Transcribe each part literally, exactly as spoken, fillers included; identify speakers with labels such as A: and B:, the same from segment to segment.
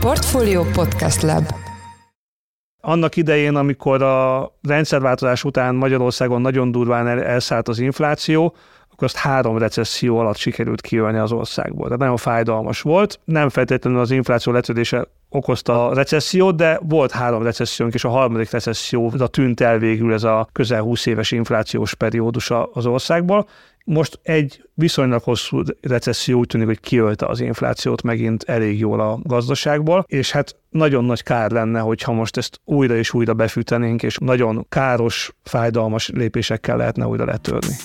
A: Portfolio Podcast Lab.
B: Annak idején, amikor a rendszerváltozás után Magyarországon nagyon durván elszállt az infláció, akkor azt három recesszió alatt sikerült kijönni az országból. Tehát nagyon fájdalmas volt. Nem feltétlenül az infláció letörődése okozta a recessziót, de volt három recessziónk, és a harmadik recesszióra tűnt el végül ez a közel húsz éves inflációs periódus az országból. Most egy viszonylag hosszú recesszió úgy tűnik, hogy kiölte az inflációt megint elég jól a gazdaságból, és hát nagyon nagy kár lenne, hogyha most ezt újra és újra befűtenénk, és nagyon káros, fájdalmas lépésekkel lehetne újra letörni.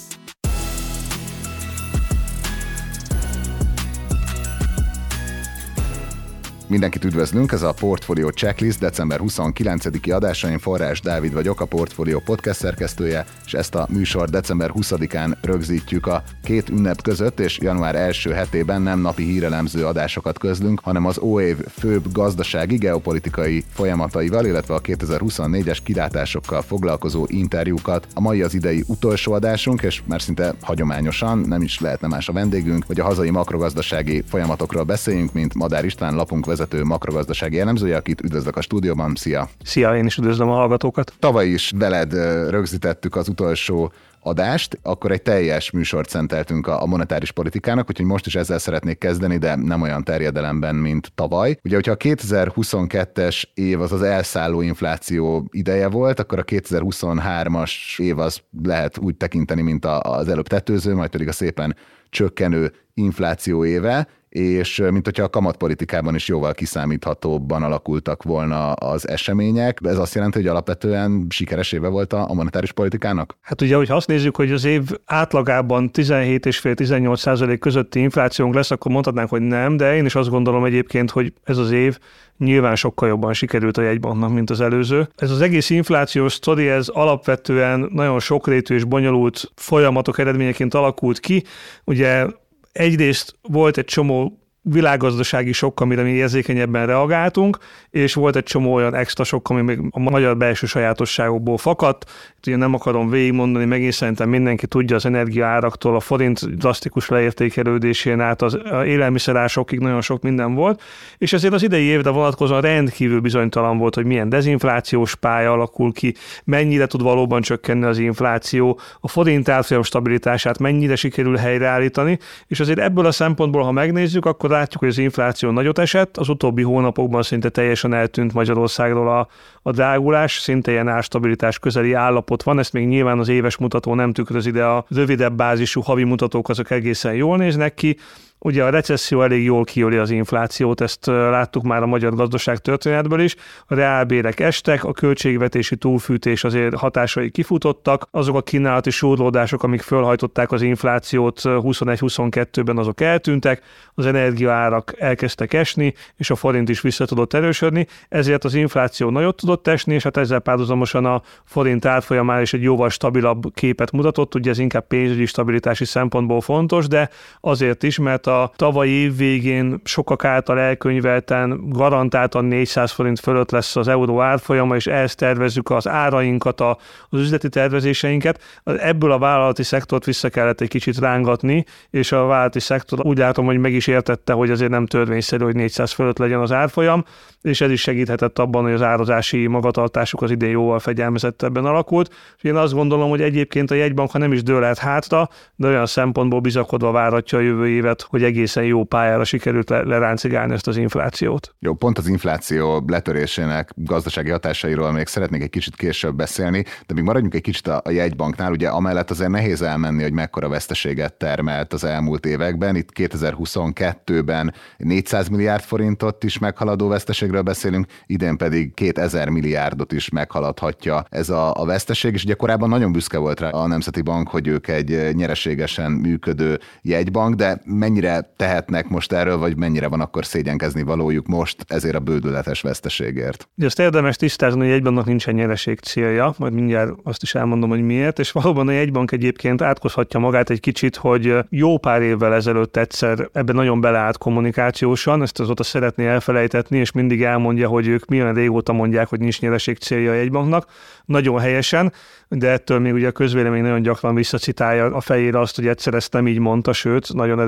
C: Mindenkit üdvözlünk, ez a Portfolio Checklist december huszonkilencediki adása, én Forrás Dávid vagyok, a Portfolio podcast szerkesztője, és ezt a műsor december huszadikán rögzítjük a két ünnep között, és január első hetében nem napi hírelemző adásokat közlünk, hanem az ó év főbb gazdasági, geopolitikai folyamataival, illetve a kétezer-huszonnégyes kilátásokkal foglalkozó interjúkat. A mai az idei utolsó adásunk, és már szinte hagyományosan, nem is lehetne más a vendégünk, hogy a hazai makrogazdasági folyamatokról beszéljünk, mint Madár István, lapunk vezető makrogazdasági elemzője, akit üdvözlök a stúdióban. Szia!
B: Szia, én is üdvözlöm a hallgatókat.
C: Tavaly is veled rögzítettük az utolsó adást, akkor egy teljes műsort szenteltünk a monetáris politikának, úgyhogy most is ezzel szeretnék kezdeni, de nem olyan terjedelemben, mint tavaly. Ugye, hogyha a kétezer-huszonkettes év az az elszálló infláció ideje volt, akkor a kétezer-huszonhármas év az lehet úgy tekinteni, mint az előbb tetőző, majd pedig a szépen csökkenő infláció éve, és mint hogyha a kamatpolitikában is jóval kiszámíthatóbban alakultak volna az események. Ez azt jelenti, hogy alapvetően sikeres éve volt a monetáris politikának?
B: Hát ugye, hogyha azt nézzük, hogy az év átlagában tizenhét egész öt-tizennyolc százalék közötti inflációnk lesz, akkor mondhatnánk, hogy nem, de én is azt gondolom egyébként, hogy ez az év nyilván sokkal jobban sikerült a jegybanknak, mint az előző. Ez az egész inflációs sztori, ez alapvetően nagyon sokrétű és bonyolult folyamatok eredményeként alakult ki. Ugye egyrészt volt egy csomó világgazdasági sok, amire mi érzékenyebben reagáltunk, és volt egy csomó olyan extra sok, ami még a magyar belső sajátosságokból fakadt. Itt ugye nem akarom végigmondani, megint szerintem mindenki tudja, az energiaáraktól a forint drasztikus leértékelődésén át az élelmiszerásokig nagyon sok minden volt, és ezért az idei évre vonatkozóan rendkívül bizonytalan volt, hogy milyen dezinflációs pálya alakul ki, mennyire tud valóban csökkenni az infláció, a forint árfolyam stabilitását mennyire sikerül helyreállítani, és azért ebből a szempontból, ha megnézzük, akkor látjuk, hogy az infláció nagyot esett, az utóbbi hónapokban szinte teljesen eltűnt Magyarországról a, a drágulás, szinte ilyen árstabilitás közeli állapot van, ezt még nyilván az éves mutató nem tükrözi, de a rövidebb bázisú havi mutatók azok egészen jól néznek ki. Ugye a recesszió elég jól kiöli az inflációt, ezt láttuk már a magyar gazdaság történetből is. A reálbérek estek, a költségvetési túlfűtés azért hatásai kifutottak, azok a kínálati súrlódások, amik fölhajtották az inflációt huszonegy-huszonkettőben, azok eltűntek, az energiaárak elkezdtek esni, és a forint is vissza tudott erősödni, ezért az infláció nagyot tudott esni, és hát ezzel párhuzamosan a forint árfolyamán is egy jóval stabilabb képet mutatott, ugye ez inkább pénzügyi stabilitási szempontból fontos, de azért is, mert a tavalyi év végén sokak által elkönyvelten garantáltan négyszáz forint fölött lesz az euró árfolyama, és ehhez tervezzük az árainkat, az üzleti tervezéseinket. Ebből a vállalati szektort vissza kellett egy kicsit rángatni, és a vállalati szektor úgy látom, hogy meg is értette, hogy azért nem törvényszerű, hogy négyszáz fölött legyen az árfolyam, és ez is segíthetett abban, hogy az árazási magatartásuk az idén jóval fegyelmezettebben alakult. És én azt gondolom, hogy egyébként a jegybank, ha nem is dőlhet hátra, de olyan szempontból bizakodva várhatja a jövő évet, hogy egészen jó pályára sikerült leráncigálni ezt az inflációt.
C: Jó, pont az infláció letörésének gazdasági hatásairól még szeretnék egy kicsit később beszélni, de még maradjunk egy kicsit a jegybanknál, ugye amellett azért nehéz elmenni, hogy mekkora veszteséget termelt az elmúlt években. Itt kétezer-huszonkettőben négyszáz milliárd forintot is meghaladó veszteségről beszélünk, idén pedig kétezer milliárdot is meghaladhatja ez a, a veszteség, és ugye korábban nagyon büszke volt rá a Nemzeti Bank, hogy ők egy nyereségesen működő jegybank, de mennyire tehetnek most erről, vagy mennyire van akkor szégyenkezni valójuk most ezért a bődületes veszteségért?
B: De azt érdemes tisztázni, hogy a jegybanknak nincsen nyereség célja, majd mindjárt azt is elmondom, hogy miért, és valóban a jegybank egyébként átkozhatja magát egy kicsit, hogy jó pár évvel ezelőtt egyszer ebben nagyon beleállt kommunikációsan, ezt azóta szeretné elfelejtetni, és mindig elmondja, hogy ők milyen régóta mondják, hogy nincs nyereség célja a jegybanknak, nagyon helyesen, de ettől még ugye a közvélemény nagyon gyakran visszacitálja a fejére azt, hogy egyszer ezt nem így mondta, sőt, nagyon erősen beleállt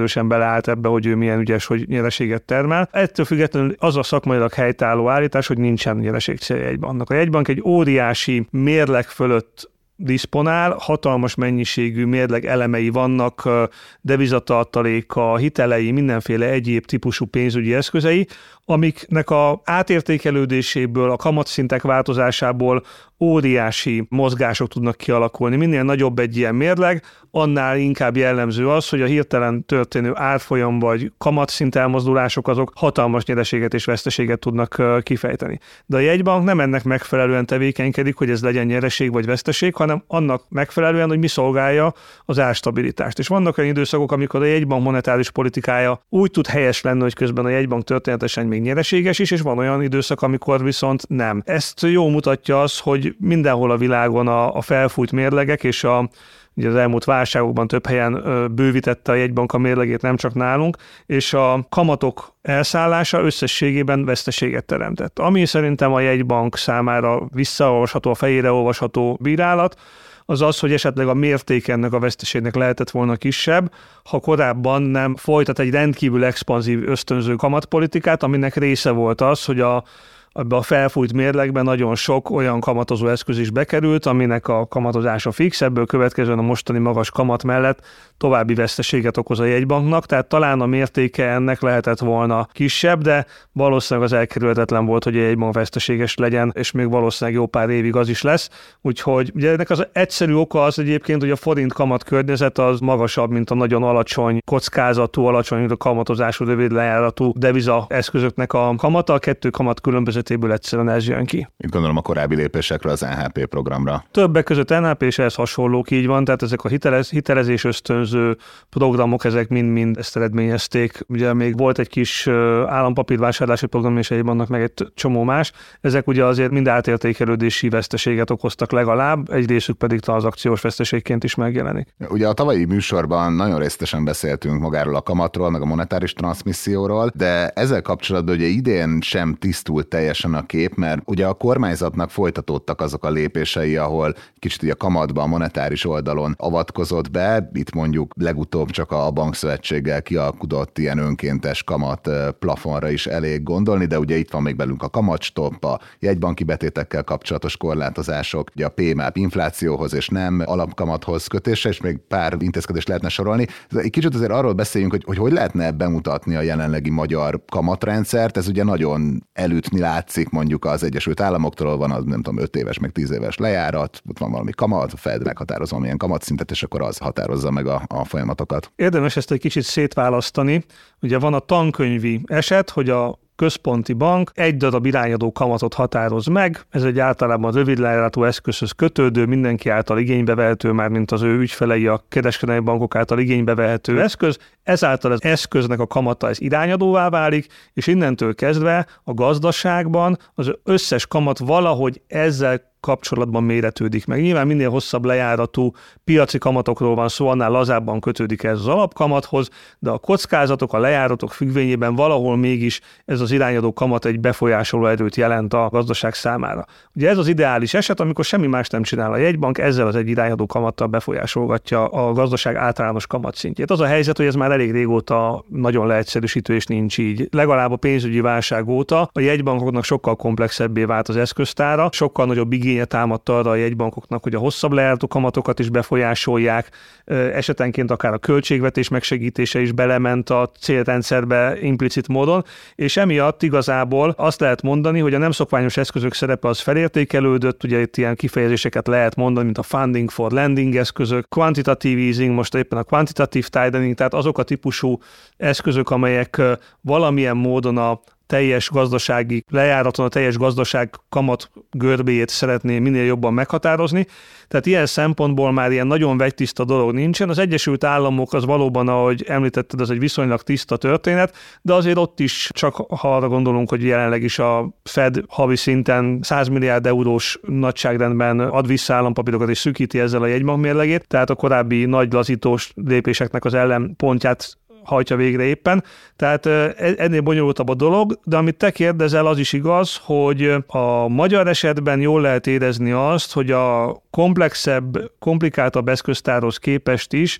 B: beleállt ebbe, hogy ő milyen ügyes, hogy nyereséget termel. Ettől függetlenül az a szakmailag helytálló állítás, hogy nincsen nyereség célja a jegybanknak. A jegybank egy óriási mérleg fölött diszponál, hatalmas mennyiségű mérleg elemei vannak, devizatartaléka, hitelei, mindenféle egyéb típusú pénzügyi eszközei, amiknek a átértékelődéséből, a kamatszintek változásából óriási mozgások tudnak kialakulni. Minél nagyobb egy ilyen mérleg, annál inkább jellemző az, hogy a hirtelen történő árfolyam vagy kamatszint elmozdulások azok hatalmas nyereséget és veszteséget tudnak kifejteni. De a jegybank nem ennek megfelelően tevékenykedik, hogy ez legyen nyereség vagy veszteség, hanem annak megfelelően, hogy mi szolgálja az árstabilitást. És vannak olyan időszakok, amikor a jegybank monetáris politikája úgy tud helyes lenni, hogy közben a jegybank történetesen még nyereséges is, és van olyan időszak, amikor viszont nem. Ezt jó mutatja az, hogy mindenhol a világon a, a felfújt mérlegek és a ugye az elmúlt válságokban több helyen bővítette a jegybank a mérlegét, nem csak nálunk, és a kamatok elszállása összességében veszteséget teremtett. Ami szerintem a jegybank számára visszaolvasható, a fejére olvasható bírálat, az az, hogy esetleg a mérték ennek a veszteségnek lehetett volna kisebb, ha korábban nem folytat egy rendkívül expanzív ösztönző kamatpolitikát, aminek része volt az, hogy a ebbe a felfújt mérlegben nagyon sok olyan kamatozó eszköz is bekerült, aminek a kamatozása fix, ebből következően a mostani magas kamat mellett további veszteséget okoz a jegybanknak, tehát talán a mértéke ennek lehetett volna kisebb, de valószínűleg az elkerülhetetlen volt, hogy a jegybank veszteséges legyen, és még valószínűleg jó pár évig az is lesz. Úgyhogy ugye ennek az egyszerű oka az egyébként, hogy a forint kamat környezet az magasabb, mint a nagyon alacsony kockázatú, alacsony kamatozású, rövid lejáratú deviza eszközöknek a kamata, a kettő kamat különbözetéből egyszerűen ez jön ki.
C: Itt gondolom a korábbi lépésekről az en há pé programra.
B: Többek között en há pé és ehhez hasonlók, így van, tehát ezek a hitelez, hitelezés ösztönző programok, ezek mind-mind ezt eredményezték. Ugye még volt egy kis állampapírvásárlási program, és egyébként vannak meg egy csomó más. Ezek ugye azért mind átértékelődési veszteséget okoztak legalább, egy részük pedig tranzakciós veszteségként is megjelenik.
C: Ugye a tavalyi műsorban nagyon részletesen beszéltünk magáról a kamatról, meg a monetáris transzmisszióról, de ezzel kapcsolatban ugye idén sem tisztult teljesen a kép, mert ugye a kormányzatnak folytatódtak azok a lépései, ahol kicsit ugye a kamatban, a monetáris oldalon avatkozott be, itt mondjuk legutóbb csak a bankszövetséggel kialkudott ilyen önkéntes kamat plafonra is elég gondolni, de ugye itt van még belünk a kamatstopp, a jegybanki betétekkel kapcsolatos korlátozások, ugye a pé em á pé inflációhoz és nem alapkamathoz kötése, és még pár intézkedést lehetne sorolni. Egy kicsit azért arról beszéljünk, hogy hogy, hogy lehetne bemutatni a jelenlegi magyar kamatrendszert, ez ugye nagyon elütni látszik mondjuk az Egyesült Államoktól, van az nem tudom öt éves, meg tíz éves lejárat, ott van valami kamat, a Fed meghatározza valamilyen kamatszintet, és akkor az határozza meg a, a folyamatokat.
B: Érdemes ezt egy kicsit szétválasztani. Ugye van a tankönyvi eset, hogy a központi bank egy darab irányadó kamatot határoz meg, ez egy általában rövid lejáratú eszközhöz kötődő, mindenki által igénybe vehető, már mint az ő ügyfelei, a kereskedelmi bankok által igénybe vehető eszköz, ezáltal az eszköznek a kamata ez irányadóvá válik, és innentől kezdve a gazdaságban az összes kamat valahogy ezzel kapcsolatban méretődik meg. Nyilván minél hosszabb lejáratú piaci kamatokról van szó, annál lazábban kötődik ez az alapkamathoz, de a kockázatok, a lejáratok függvényében valahol mégis ez az irányadó kamat egy befolyásoló erőt jelent a gazdaság számára. Ugye ez az ideális eset, amikor semmi más nem csinál a jegybank, ezzel az egy irányadó kamattal befolyásolgatja a gazdaság általános kamatszintjét. Az a helyzet, hogy ez már elég régóta nagyon leegyszerűsítő, és nincs így. Legalább a pénzügyi válság óta a jegybankoknak sokkal komplexebbé vált az eszköztára, sokkal nagyobb igénye támadt arra a jegybankoknak, hogy a hosszabb lejáratú kamatokat is befolyásolják, esetenként akár a költségvetés megsegítése is belement a célrendszerbe implicit módon, és emiatt igazából azt lehet mondani, hogy a nem szokványos eszközök szerepe az felértékelődött, ugye itt ilyen kifejezéseket lehet mondani, mint a funding for lending eszközök, quantitative easing, most éppen a quantitative tightening, tehát azok a típusú eszközök, amelyek valamilyen módon a teljes gazdasági lejáraton, a teljes gazdaság kamat görbéjét szeretné minél jobban meghatározni. Tehát ilyen szempontból már ilyen nagyon vegytiszta dolog nincsen. Az Egyesült Államok az valóban, ahogy említetted, az egy viszonylag tiszta történet, de azért ott is csak, ha arra gondolunk, hogy jelenleg is a Fed havi szinten száz milliárd eurós nagyságrendben ad vissza állampapírokat és szűkíti ezzel a jegybank mérlegét, tehát a korábbi nagy lazítós lépéseknek az ellenpontját hajtja végre éppen. Tehát ennél bonyolultabb a dolog, de amit te kérdezel, az is igaz, hogy a magyar esetben jól lehet érezni azt, hogy a komplexebb, komplikáltabb eszköztárhoz képest is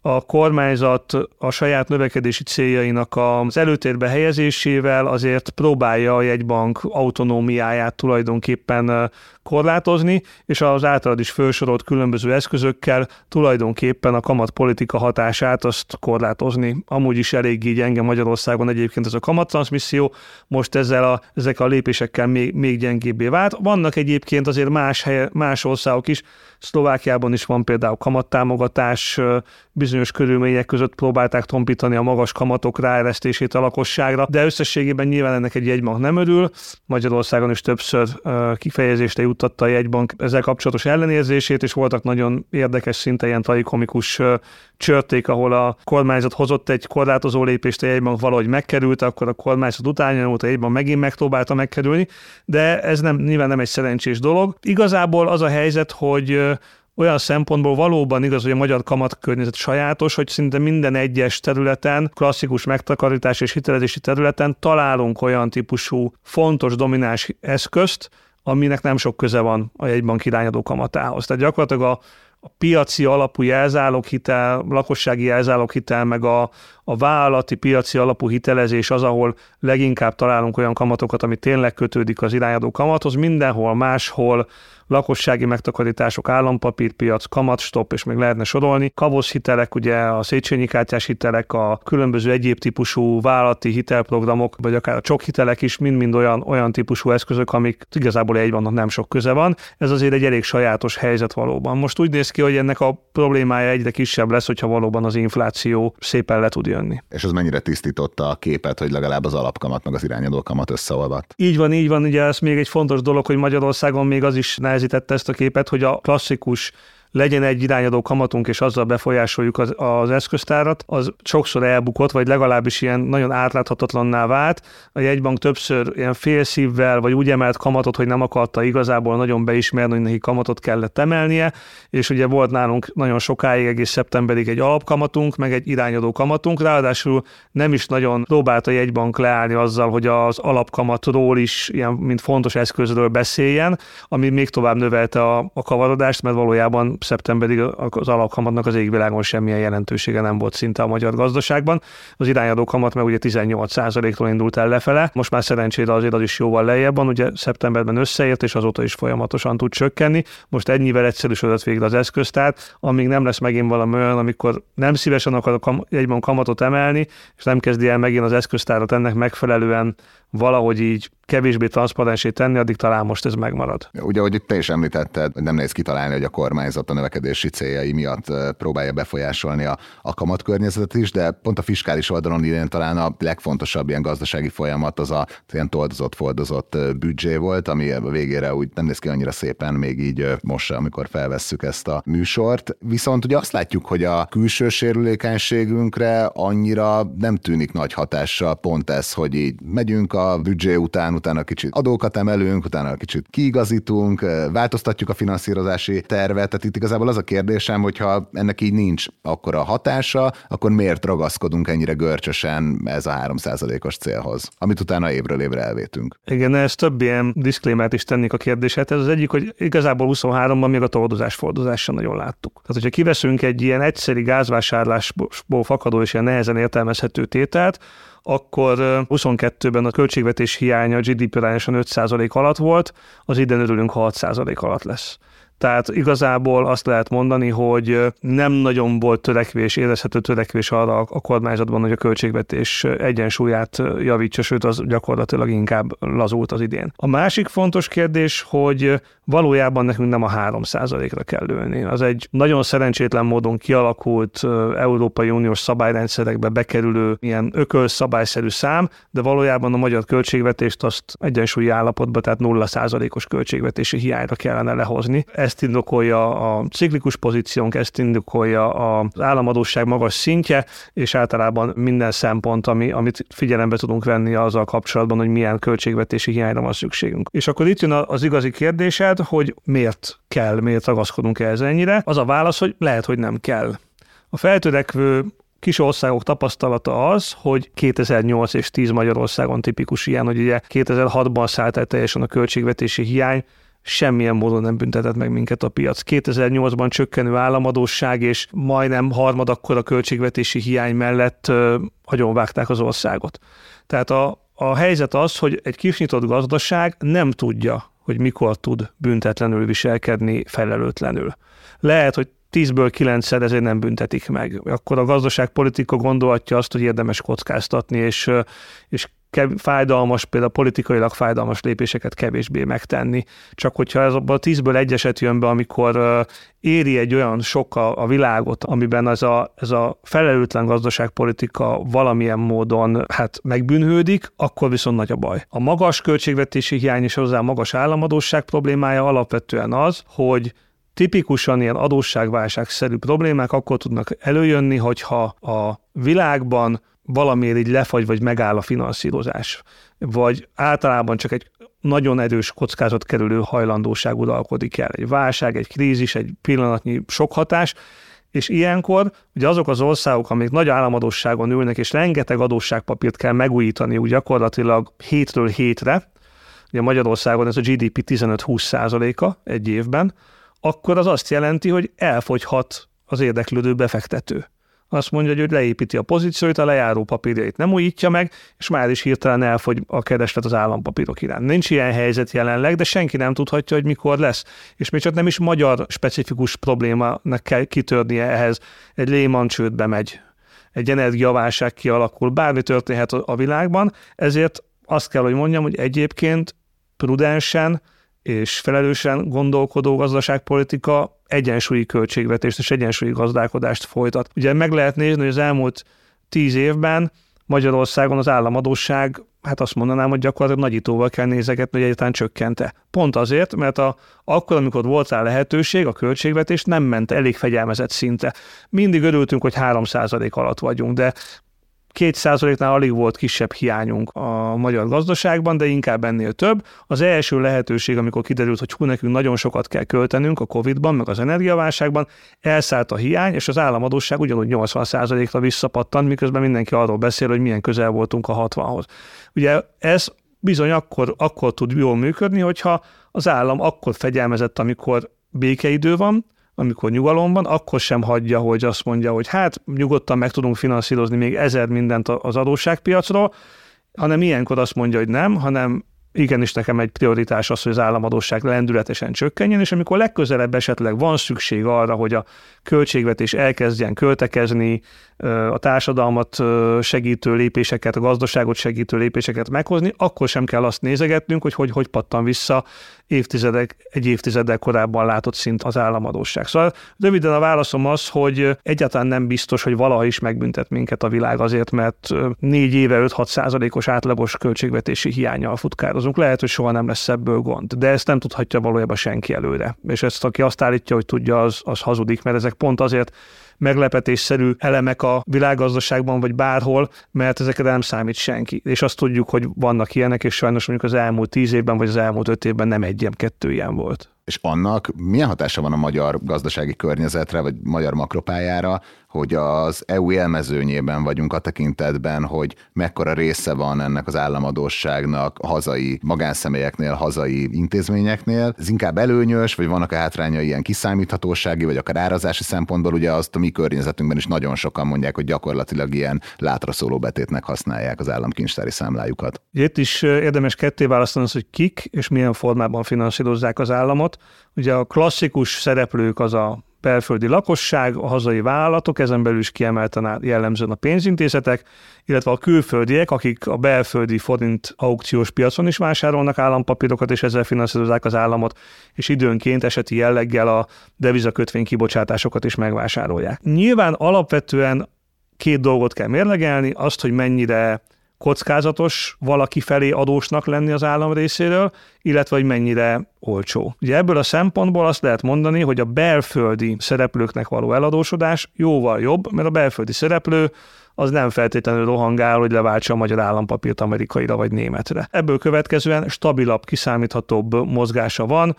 B: a kormányzat a saját növekedési céljainak az előtérbe helyezésével azért próbálja a jegybank autonómiáját tulajdonképpen korlátozni, és az általad is felsorolt különböző eszközökkel tulajdonképpen a kamatpolitika hatását azt korlátozni. Amúgy is eléggé gyenge Magyarországon egyébként ez a kamattranszmisszió, most ezzel a, ezek a lépésekkel még, még gyengébbé vált. Vannak egyébként azért más, helye, más országok is, Szlovákiában is van például kamattámogatás, bizonyos körülmények között próbálták tompítani a magas kamatok ráeresztését a lakosságra, de összességében nyilván ennek egy jegybank nem örül. Magyarországon is többször kifejezésre juttatta a jegybank ezzel kapcsolatos ellenérzését, és voltak nagyon érdekes, szinte ilyen tragikomikus csörték, ahol a kormányzat hozott egy korlátozó lépést, a jegybank valahogy megkerült, akkor a kormányzat utána nyomult, a jegybank megint megpróbálta megkerülni, de ez nem, nyilván nem egy szerencsés dolog. Igazából az a helyzet, hogy olyan szempontból valóban igaz, hogy a magyar kamatkörnyezet sajátos, hogy szinte minden egyes területen, klasszikus megtakarítás és hitelezési területen találunk olyan típusú fontos domináns eszközt, aminek nem sok köze van a jegybank irányadó kamatához. Tehát gyakorlatilag a a piaci alapú jelzáloghitel, lakossági jelzáloghitel, meg a, a vállalati piaci alapú hitelezés az, ahol leginkább találunk olyan kamatokat, ami tényleg kötődik az irányadó kamathoz. Mindenhol máshol lakossági megtakarítások, állampapírpiac, kamatstop, és még lehetne sorolni. Kavoszhitelek, ugye a Széchenyi kártyás hitelek, a különböző egyéb típusú vállalati hitelprogramok, vagy akár a csokhitelek is mind-mind olyan, olyan típusú eszközök, amik igazából egy vannak, nem sok köze van. Ez azért egy elég sajátos helyzet valóban. Most úgy néz ki, hogy ennek a problémája egyre kisebb lesz, hogyha valóban az infláció szépen le tud jönni.
C: És az mennyire tisztította a képet, hogy legalább az alapkamat meg az irányadó kamat összeolvadt?
B: Így van, így van. Ugye ez még egy fontos dolog, hogy Magyarországon még az is nehezítette ezt a képet, hogy a klasszikus legyen egy irányadó kamatunk, és azzal befolyásoljuk az, az eszköztárat, az sokszor elbukott, vagy legalábbis ilyen nagyon átláthatatlanná vált. A jegybank többször ilyen félszívvel, vagy úgy emelt kamatot, hogy nem akarta igazából nagyon beismerni, hogy neki kamatot kellett emelnie, és ugye volt nálunk nagyon sokáig, egész szeptemberig egy alapkamatunk, meg egy irányadó kamatunk, ráadásul nem is nagyon próbált a jegybank leállni azzal, hogy az alapkamatról is ilyen, mint fontos eszközről beszéljen, ami még tovább növelte a, a kavarodást, mert valójában szeptemberig az alapkamatnak az égvilágon semmilyen jelentősége nem volt szinte a magyar gazdaságban. Az irányadó kamat meg ugye tizennyolc százaléktól indult el lefele, most már szerencsére azért az is jóval lejjebb van, ugye szeptemberben összeért, és azóta is folyamatosan tud csökkenni. Most ennyivel egyszerűsödött végre az eszköztár, amíg nem lesz megint valami olyan, amikor nem szívesen akar a jegybank kamatot emelni, és nem kezdi el megint az eszköztárat ennek megfelelően valahogy így kevésbé transzparensé tenni, addig talán most ez megmarad.
C: Ugye, ahogy te is említetted, hogy nem nehéz kitalálni, hogy a kormányzat a növekedési céljai miatt próbálja befolyásolni a, a kamatkörnyezetet is, de pont a fiskális oldalon idén talán a legfontosabb ilyen gazdasági folyamat az a ilyen toldozott-foldozott büdzsé volt, ami a végére úgy nem néz ki annyira szépen még így most, amikor felvesszük ezt a műsort. Viszont ugye azt látjuk, hogy a külső sérülékenységünkre annyira nem tűnik nagy hatással pont ez, hogy így megyünk a büdzsé után, utána kicsit adókat emelünk, utána kicsit kiigazítunk, változtatjuk a finanszírozási tervet. Tehát itt igazából az a kérdésem, hogyha ennek így nincs akkora hatása, akkor miért ragaszkodunk ennyire görcsösen ez a három százalékos célhoz, amit utána évről évre elvétünk.
B: Igen, ez több ilyen diszklémert is tennék a kérdéshez. Ez az egyik, hogy igazából huszonháromban még a toldozás-fordozást sem nagyon láttuk. Tehát, hogyha kiveszünk egy ilyen egyszeri gázvásárlásból fakadó és ilyen nehezen értelmezhető tételt, akkor huszonkettőben a költségvetés hiánya gé dé pé arányosan öt százalék alatt volt, az idén örülünk, ha hat százalék alatt lesz. Tehát igazából azt lehet mondani, hogy nem nagyon volt törekvés, érezhető törekvés arra a kormányzatban, hogy a költségvetés egyensúlyát javítsa, sőt az gyakorlatilag inkább lazult az idén. A másik fontos kérdés, hogy valójában nekünk nem a három százalékra kell lőni. Az egy nagyon szerencsétlen módon kialakult Európai Uniós szabályrendszerekbe bekerülő ilyen ökölszabályszerű szám, de valójában a magyar költségvetést azt egyensúlyi állapotba, tehát nulla százalékos költségvetési hiányra kellene lehozni. Ezt indokolja a ciklikus pozíciónk, ezt indokolja az államadósság magas szintje, és általában minden szempont, ami, amit figyelembe tudunk venni azzal kapcsolatban, hogy milyen költségvetési hiányra van szükségünk. És akkor itt jön az igazi kérdésed, hogy miért kell, miért ragaszkodunk ehhez ennyire. Az a válasz, hogy lehet, hogy nem kell. A feltörekvő kis országok tapasztalata az, hogy kétezer-nyolc és tíz Magyarországon tipikus ilyen, hogy ugye kétezer-hatban szállt el teljesen a költségvetési hiány, semmilyen módon nem büntetett meg minket a piac. kétezer-nyolcban csökkenő államadósság és majdnem harmad akkora költségvetési hiány mellett ö, agyonvágták az országot. Tehát a, a helyzet az, hogy egy kisnyitott gazdaság nem tudja, hogy mikor tud büntetlenül viselkedni felelőtlenül. Lehet, hogy tízből kilencszer ezért nem büntetik meg. Akkor a gazdaságpolitika gondolhatja azt, hogy érdemes kockáztatni, és, és kev- fájdalmas, például politikailag fájdalmas lépéseket kevésbé megtenni. Csak hogyha ez abban a tízből egy eset jön be, amikor éri egy olyan sok a, a világot, amiben ez a, ez a felelőtlen gazdaságpolitika valamilyen módon hát megbűnhődik, akkor viszont nagy a baj. A magas költségvetési hiány és hozzá magas államadósság problémája alapvetően az, hogy tipikusan ilyen adósságválságszerű problémák akkor tudnak előjönni, hogyha a világban valamiért így lefagy, vagy megáll a finanszírozás, vagy általában csak egy nagyon erős kockázat kerülő hajlandóság uralkodik el. Egy válság, egy krízis, egy pillanatnyi sokhatás, és ilyenkor ugye azok az országok, amik nagy államadósságon ülnek, és rengeteg adósságpapírt kell megújítani úgy gyakorlatilag hétről hétre, ugye Magyarországon ez a gé dé pé tizenöt-húsz százaléka egy évben, akkor az azt jelenti, hogy elfogyhat az érdeklődő befektető. Azt mondja, hogy leépíti a pozícióit, a lejáró papírjait nem újítja meg, és már is hirtelen elfogy a kereslet az állampapírok iránt. Nincs ilyen helyzet jelenleg, de senki nem tudhatja, hogy mikor lesz. És még csak nem is magyar specifikus problémának kell kitörnie ehhez. Egy Lehman csődbe megy, egy energiaválság kialakul, bármi történhet a világban, ezért azt kell, hogy mondjam, hogy egyébként prudensen és felelősen gondolkodó gazdaságpolitika egyensúlyi költségvetést és egyensúlyi gazdálkodást folytat. Ugye meg lehet nézni, hogy az elmúlt tíz évben Magyarországon az államadósság, hát azt mondanám, hogy gyakorlatilag nagyítóval kell nézegetni, hogy egyáltalán csökkente. Pont azért, mert a, akkor, amikor volt rá lehetőség, a költségvetés nem ment elég fegyelmezett szintre. Mindig örültünk, hogy három százalék alatt vagyunk, de két százaléknál alig volt kisebb hiányunk a magyar gazdaságban, de inkább ennél több. Az első lehetőség, amikor kiderült, hogy hú, nekünk nagyon sokat kell költenünk a Covidban, meg az energiaválságban, elszállt a hiány, és az államadósság ugyanúgy nyolcvan százalékra visszapattant, miközben mindenki arról beszél, hogy milyen közel voltunk a hatvanhoz. Ugye ez bizony akkor, akkor tud jól működni, hogyha az állam akkor fegyelmezett, amikor békeidő van, amikor nyugalom van, akkor sem hagyja, hogy azt mondja, hogy hát nyugodtan meg tudunk finanszírozni még ezer mindent az adósságpiacról, hanem ilyenkor azt mondja, hogy nem, hanem igenis nekem egy prioritás az, hogy az államadósság lendületesen csökkenjen, és amikor legközelebb esetleg van szükség arra, hogy a költségvetés elkezdjen költekezni, a társadalmat segítő lépéseket, a gazdaságot segítő lépéseket meghozni, akkor sem kell azt nézegetnünk, hogy hogy, hogy pattan vissza évtizedek, egy évtizeddel korábban látott szint az államadósság. Szóval röviden a válaszom az, hogy egyáltalán nem biztos, hogy valaha is megbüntet minket a világ azért, mert négy éve öt-hat százalékos átlagos költségvetési hiánnyal futkározunk. Lehet, hogy soha nem lesz ebből gond, de ezt nem tudhatja valójában senki előre. És ezt, aki azt állítja, hogy tudja, az, az hazudik, mert ezek pont azért meglepetésszerű elemek a világgazdaságban, vagy bárhol, mert ezekre nem számít senki. És azt tudjuk, hogy vannak ilyenek, és sajnos mondjuk az elmúlt tíz évben, vagy az elmúlt öt évben nem egy ilyen, kettő ilyen volt.
C: És annak milyen hatása van a magyar gazdasági környezetre, vagy magyar makropályára, hogy az é u élmezőnyében vagyunk a tekintetben, hogy mekkora része van ennek az államadósságnak a hazai magánszemélyeknél, hazai intézményeknél. Ez inkább előnyös, vagy vannak a hátrányai ilyen kiszámíthatósági, vagy akár árazási szempontból, ugye azt a mi környezetünkben is nagyon sokan mondják, hogy gyakorlatilag ilyen látraszóló betétnek használják az államkincstári számlájukat.
B: Itt is érdemes ketté választani az, hogy kik és milyen formában finanszírozzák az államot. Ugye a klasszikus szereplők az a belföldi lakosság, a hazai vállalatok, ezen belül is kiemelten jellemzően a pénzintézetek, illetve a külföldiek, akik a belföldi forint aukciós piacon is vásárolnak állampapírokat, és ezzel finanszírozzák az államot, és időnként eseti jelleggel a devizakötvény kibocsátásokat is megvásárolják. Nyilván alapvetően két dolgot kell mérlegelni, azt, hogy mennyire kockázatos valaki felé adósnak lenni az állam részéről, illetve hogy mennyire olcsó. Ugye ebből a szempontból azt lehet mondani, hogy a belföldi szereplőknek való eladósodás jóval jobb, mert a belföldi szereplő az nem feltétlenül rohangál, hogy leváltsa a magyar állampapírt amerikaira vagy németre. Ebből következően stabilabb, kiszámíthatóbb mozgása van,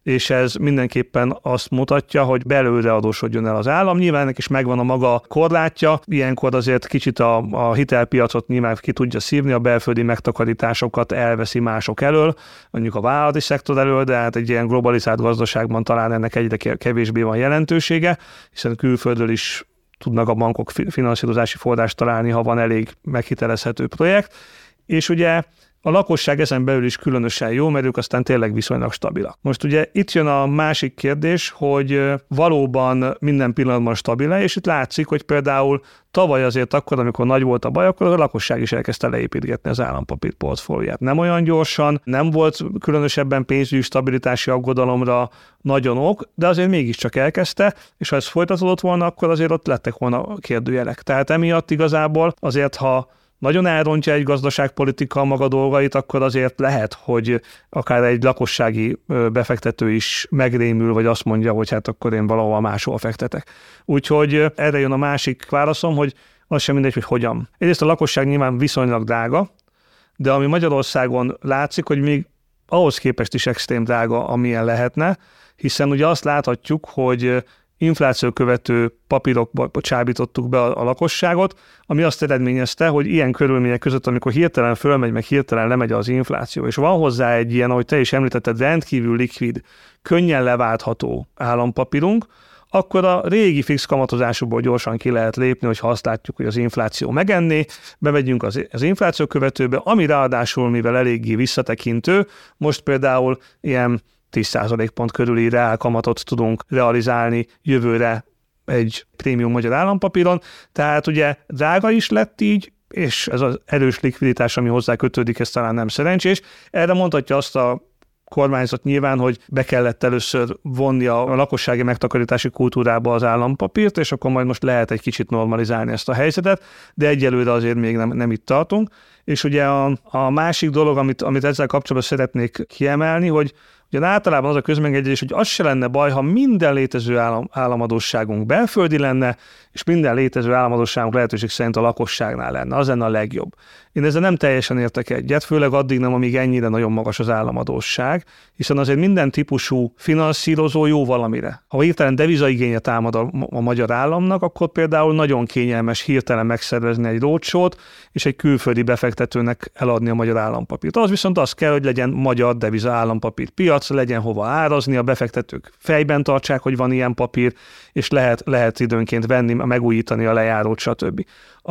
B: és ez mindenképpen azt mutatja, hogy belőle adósodjon el az állam. Nyilván ennek is megvan a maga korlátja, ilyenkor azért kicsit a, a hitelpiacot nyilván ki tudja szívni, a belföldi megtakarításokat elveszi mások elől, mondjuk a vállalati szektor elől, de hát egy ilyen globalizált gazdaságban talán ennek egyre kevésbé van jelentősége, hiszen külföldről is tudnak a bankok finanszírozási forrást találni, ha van elég meghitelezhető projekt, és ugye a lakosság ezen belül is különösen jó, mert ők aztán tényleg viszonylag stabilak. Most ugye itt jön a másik kérdés, hogy valóban minden pillanatban stabil-e, és itt látszik, hogy például tavaly azért akkor, amikor nagy volt a baj, akkor a lakosság is elkezdte leépítgetni az állampapír portfólióját. Nem olyan gyorsan, nem volt különösebben pénzügyi stabilitási aggodalomra nagyon ok, de azért mégiscsak elkezdte, és ha ez folytatódott volna, akkor azért ott lettek volna kérdőjelek. Tehát emiatt igazából azért, ha nagyon elrontja egy gazdaságpolitika maga dolgait, akkor azért lehet, hogy akár egy lakossági befektető is megrémül, vagy azt mondja, hogy hát akkor én valahol máshol fektetek. Úgyhogy erre jön a másik válaszom, hogy az sem mindegy, hogy hogyan. Egyrészt a lakosság nyilván viszonylag drága, de ami Magyarországon látszik, hogy még ahhoz képest is extrém drága, amilyen lehetne, hiszen ugye azt láthatjuk, hogy infláció követő papírokba csábítottuk be a, a lakosságot, ami azt eredményezte, hogy ilyen körülmények között, amikor hirtelen fölmegy, meg hirtelen lemegy az infláció, és van hozzá egy ilyen, ahogy te is említetted, rendkívül likvid, könnyen leváltható állampapírunk, akkor a régi fix kamatozásúból gyorsan ki lehet lépni, hogyha azt látjuk, hogy az infláció megenné, bemegyünk az, az infláció követőbe, ami ráadásul, mivel eléggé visszatekintő, most például ilyen tíz százalékpont körüli reálkamatot tudunk realizálni jövőre egy prémium magyar állampapíron, tehát ugye drága is lett így, és ez az erős likviditás, ami hozzá kötődik, ez talán nem szerencsés. Erre mondhatja azt a kormányzat nyilván, hogy be kellett először vonni a lakossági megtakarítási kultúrába az állampapírt, és akkor majd most lehet egy kicsit normalizálni ezt a helyzetet, de egyelőre azért még nem, nem itt tartunk. És ugye a, a másik dolog, amit, amit ezzel kapcsolatban szeretnék kiemelni, hogy ugye általában az a közmegegyezés, hogy az se lenne baj, ha minden létező állam, államadósságunk belföldi lenne, és minden létező államadósságunk lehetőség szerint a lakosságnál lenne. Az lenne a legjobb. Én ezzel nem teljesen értek egyet, főleg addig nem, amíg ennyire nagyon magas az államadósság, hiszen azért minden típusú finanszírozó jó valamire. Ha hirtelen devizaigénye támad a, a magyar államnak, akkor például nagyon kényelmes hirtelen megszervezni egy roadshow-t, és egy külföldi befektetőnek eladni a magyar állampapírt. Az viszont az kell, hogy legyen magyar deviza állampapír piac, legyen hova árazni, a befektetők fejben tartsák, hogy van ilyen papír, és lehet, lehet időnként venni, megújítani a lejárót, stb. A,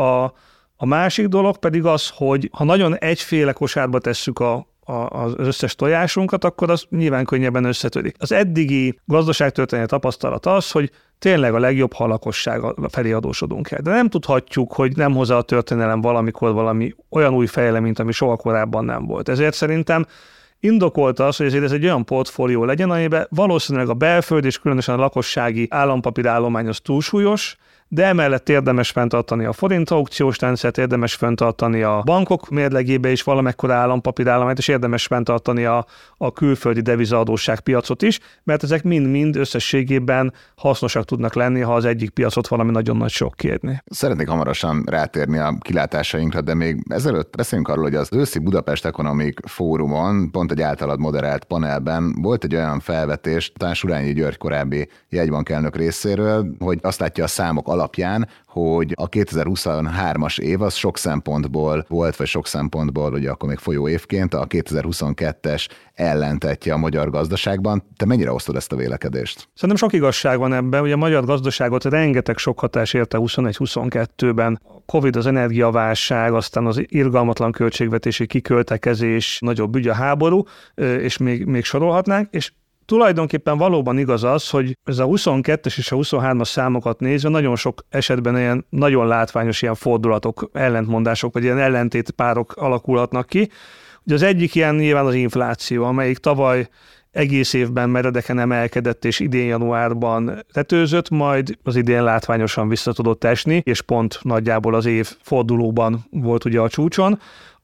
B: a másik dolog pedig az, hogy ha nagyon egyféle kosárba tesszük a, a, az összes tojásunkat, akkor az nyilván könnyebben összetörik. Az eddigi gazdaságtörténeti tapasztalat az, hogy tényleg a legjobb, ha a lakosság felé adósodunk el. De nem tudhatjuk, hogy nem hozza a történelem valamikor valami olyan új fejleményt, ami soha korábban nem volt. Ezért szerintem indokolta az, hogy ezért ez egy olyan portfólió legyen, amiben valószínűleg a belföld és különösen a lakossági állampapírállomány az túlsúlyos, de emellett érdemes fenntartani a forint aukciós rendszert, érdemes fenntartani a bankok mérlegébe is valamekkora állampapírállományt, és érdemes fenntartani a, a külföldi devizaadósság piacot is, mert ezek mind-mind összességében hasznosak tudnak lenni, ha az egyik piacot valami nagyon nagy sok kérni.
C: Szeretnék hamarosan rátérni a kilátásainkra, de még ezelőtt beszéljünk arról, hogy az őszi Budapest Economic Fórumon, pont egy általad moderált panelben volt egy olyan felvetés Surányi György korábbi jegybankelnök részéről, hogy azt látja a számok alapján, hogy a kétezer-huszonhármas év az sok szempontból volt, vagy sok szempontból, ugye akkor még folyó évként a kétezer-huszonkettes ellentetje a magyar gazdaságban. Te mennyire osztod ezt a vélekedést?
B: Szerintem sok igazság van ebben. Ugye a magyar gazdaságot rengeteg sok hatás érte huszonegy-huszonkettőben. Covid, az energiaválság, aztán az irgalmatlan költségvetési kiköltekezés, nagyobb ügy a háború, és még, még sorolhatnánk, és tulajdonképpen valóban igaz az, hogy ez a huszonkettes és a huszonhármas számokat nézve nagyon sok esetben ilyen nagyon látványos ilyen fordulatok, ellentmondások, vagy ilyen ellentétpárok alakulhatnak ki. Ugye az egyik ilyen nyilván az infláció, amelyik tavaly egész évben meredeken emelkedett, és idén januárban tetőzött, majd az idén látványosan vissza tudott esni, és pont nagyjából az év fordulóban volt ugye a csúcson.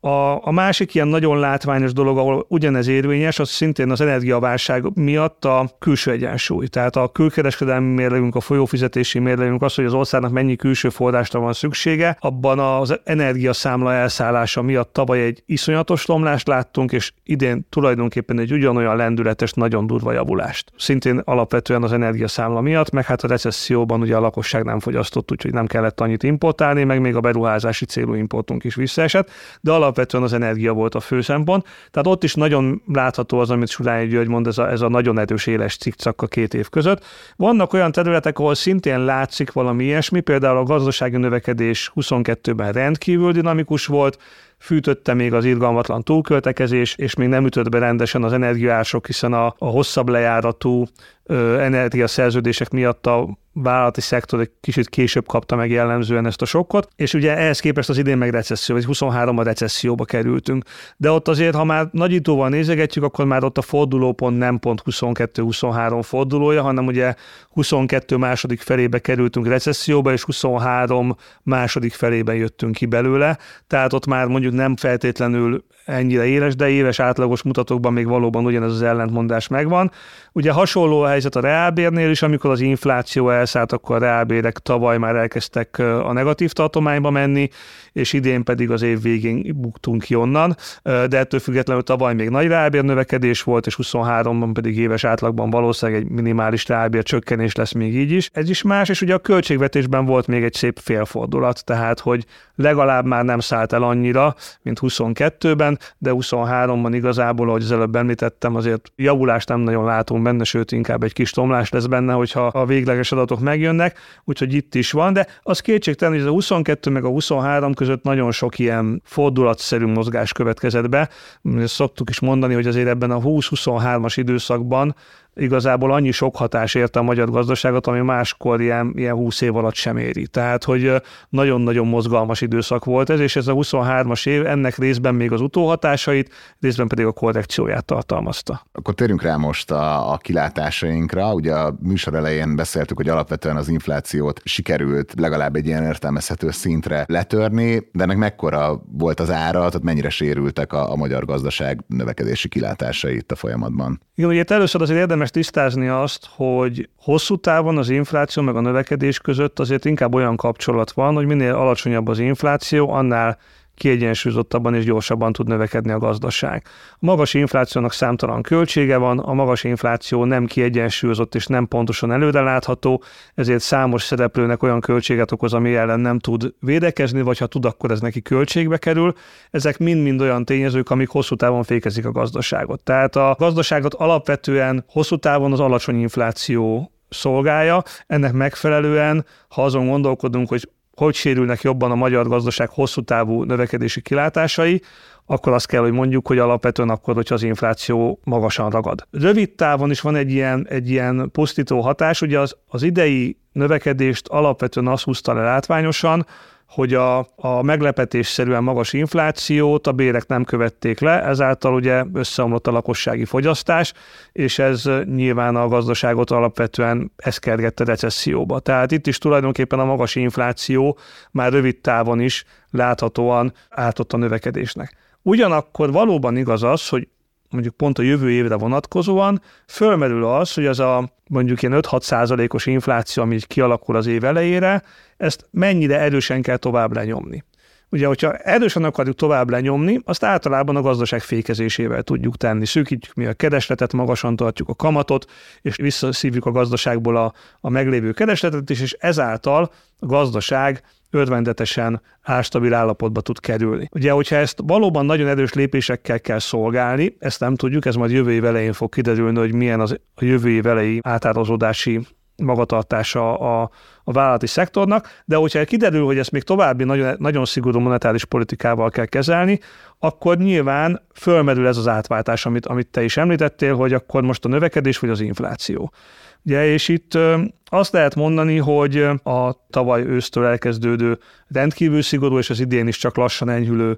B: A, a másik ilyen nagyon látványos dolog, ahol ugyanez érvényes, az szintén az energiaválság miatt a külső egyensúly. Tehát a külkereskedelmi mérlegünk, a folyófizetési mérlegünk, az, hogy az országnak mennyi külső forrásra van szüksége, abban az energiaszámla elszállása miatt tavaly egy iszonyatos romlást láttunk, és idén tulajdonképpen egy ugyanolyan lendületes, nagyon durva javulást. Szintén alapvetően az energiaszámla miatt, meg hát a recesszióban ugye a lakosság nem fogyasztott, úgyhogy nem kellett annyit importálni, meg még a beruházási célú importunk is visszaesett, de alapvetően az energia volt a fő szempont. Tehát ott is nagyon látható az, amit Surányi György mond, ez a, ez a nagyon erős éles cikcak a két év között. Vannak olyan területek, ahol szintén látszik valami ilyesmi, például a gazdasági növekedés huszonkettőben rendkívül dinamikus volt, fűtötte még az irgalmatlan túlköltekezés, és még nem ütött be rendesen az energiaársok, hiszen a, a hosszabb lejáratú ö, energiaszerződések miatt a vállalati szektor egy kicsit később kapta meg jellemzően ezt a sokkot, és ugye ehhez képest az idén meg recesszió, vagy huszonháromban recesszióba kerültünk. De ott azért, ha már nagyítóval nézegetjük, akkor már ott a fordulópont nem pont huszonkettő huszonhárom fordulója, hanem ugye huszonkettő második felébe kerültünk recesszióba, és huszonhárom második felében jöttünk ki belőle, tehát ott már mondjuk nem feltétlenül ennyire éles, de éves átlagos mutatókban még valóban ugyanez az ellentmondás megvan. Ugye hasonló a helyzet a reálbérnél is, amikor az infláció elszállt, akkor a reálbérek tavaly már elkezdtek a negatív tartományba menni, és idén pedig az év végén buktunk ki onnan, de ettől függetlenül tavaly még nagy reálbér növekedés volt, és huszonháromban pedig éves átlagban valószínűleg egy minimális reálbér csökkenés lesz még így is. Ez is más, és ugye a költségvetésben volt még egy szép félfordulat, tehát hogy legalább már nem szállt el annyira, mint huszonkettőben, de huszonháromban igazából, ahogy az előbb említettem, azért javulást nem nagyon látunk benne, sőt inkább egy kis tomlás lesz benne, hogyha a végleges adatok megjönnek, úgyhogy itt is van, de az kétségtelen, hogy az a huszonkettő meg a huszonhárom között nagyon sok ilyen fordulatszerű mozgás következett be. Szoktuk is mondani, hogy azért ebben a húsz-huszonhármas időszakban igazából annyi sok hatás érte a magyar gazdaságot, ami máskor ilyen, ilyen húsz év alatt sem éri. Tehát, hogy nagyon-nagyon mozgalmas időszak volt ez, és ez a huszonhármas év ennek részben még az utóhatásait, részben pedig a korrekcióját tartalmazta.
C: Akkor térjünk rá most a, a kilátásainkra. Ugye a műsor elején beszéltük, hogy alapvetően az inflációt sikerült legalább egy ilyen értelmezhető szintre letörni, de ennek mekkora volt az ára, tehát mennyire sérültek a, a magyar gazdaság növekedési kilátásai itt a folyamatban?
B: Igen, ugye először azért érdemes tisztázni azt, hogy hosszú távon az infláció meg a növekedés között azért inkább olyan kapcsolat van, hogy minél alacsonyabb az infláció, annál kiegyensúlyozottabban és gyorsabban tud növekedni a gazdaság. A magas inflációnak számtalan költsége van, a magas infláció nem kiegyensúlyozott és nem pontosan előrelátható, ezért számos szereplőnek olyan költséget okoz, ami ellen nem tud védekezni, vagy ha tud, akkor ez neki költségbe kerül. Ezek mind-mind olyan tényezők, amik hosszú távon fékezik a gazdaságot. Tehát a gazdaságot alapvetően hosszú távon az alacsony infláció szolgálja, ennek megfelelően, ha azon gondolkodunk, hogy hogy sérülnek jobban a magyar gazdaság hosszú távú növekedési kilátásai, akkor azt kell, hogy mondjuk, hogy alapvetően akkor, hogyha az infláció magasan ragad. Rövid távon is van egy ilyen, egy ilyen pusztító hatás, ugye az, az idei növekedést alapvetően azt húzta le látványosan, hogy a, a meglepetésszerűen magas inflációt a bérek nem követték le, ezáltal ugye összeomlott a lakossági fogyasztás, és ez nyilván a gazdaságot alapvetően eszkergette recesszióba. Tehát itt is tulajdonképpen a magas infláció már rövid távon is láthatóan ártott a növekedésnek. Ugyanakkor valóban igaz az, hogy mondjuk pont a jövő évre vonatkozóan fölmerül az, hogy az a mondjuk ilyen öt-hat százalékos infláció, ami kialakul az év elejére, ezt mennyire erősen kell tovább lenyomni. Ugye, hogyha erősen akarjuk tovább lenyomni, azt általában a gazdaság fékezésével tudjuk tenni. Szűkítjük mi a keresletet, magasan tartjuk a kamatot, és visszaszívjuk a gazdaságból a, a meglévő keresletet is, és ezáltal a gazdaság örvendetesen árstabil állapotba tud kerülni. Ugye, hogyha ezt valóban nagyon erős lépésekkel kell szolgálni, ezt nem tudjuk, ez majd jövő év elején fog kiderülni, hogy milyen az a jövő év elejé átározódási magatartása a, a vállalati szektornak, de hogyha kiderül, hogy ezt még további nagyon, nagyon szigorú monetáris politikával kell kezelni, akkor nyilván fölmerül ez az átváltás, amit, amit te is említettél, hogy akkor most a növekedés vagy az infláció. Ugye, és itt azt lehet mondani, hogy a tavaly ősztől elkezdődő rendkívül szigorú és az idén is csak lassan enyhülő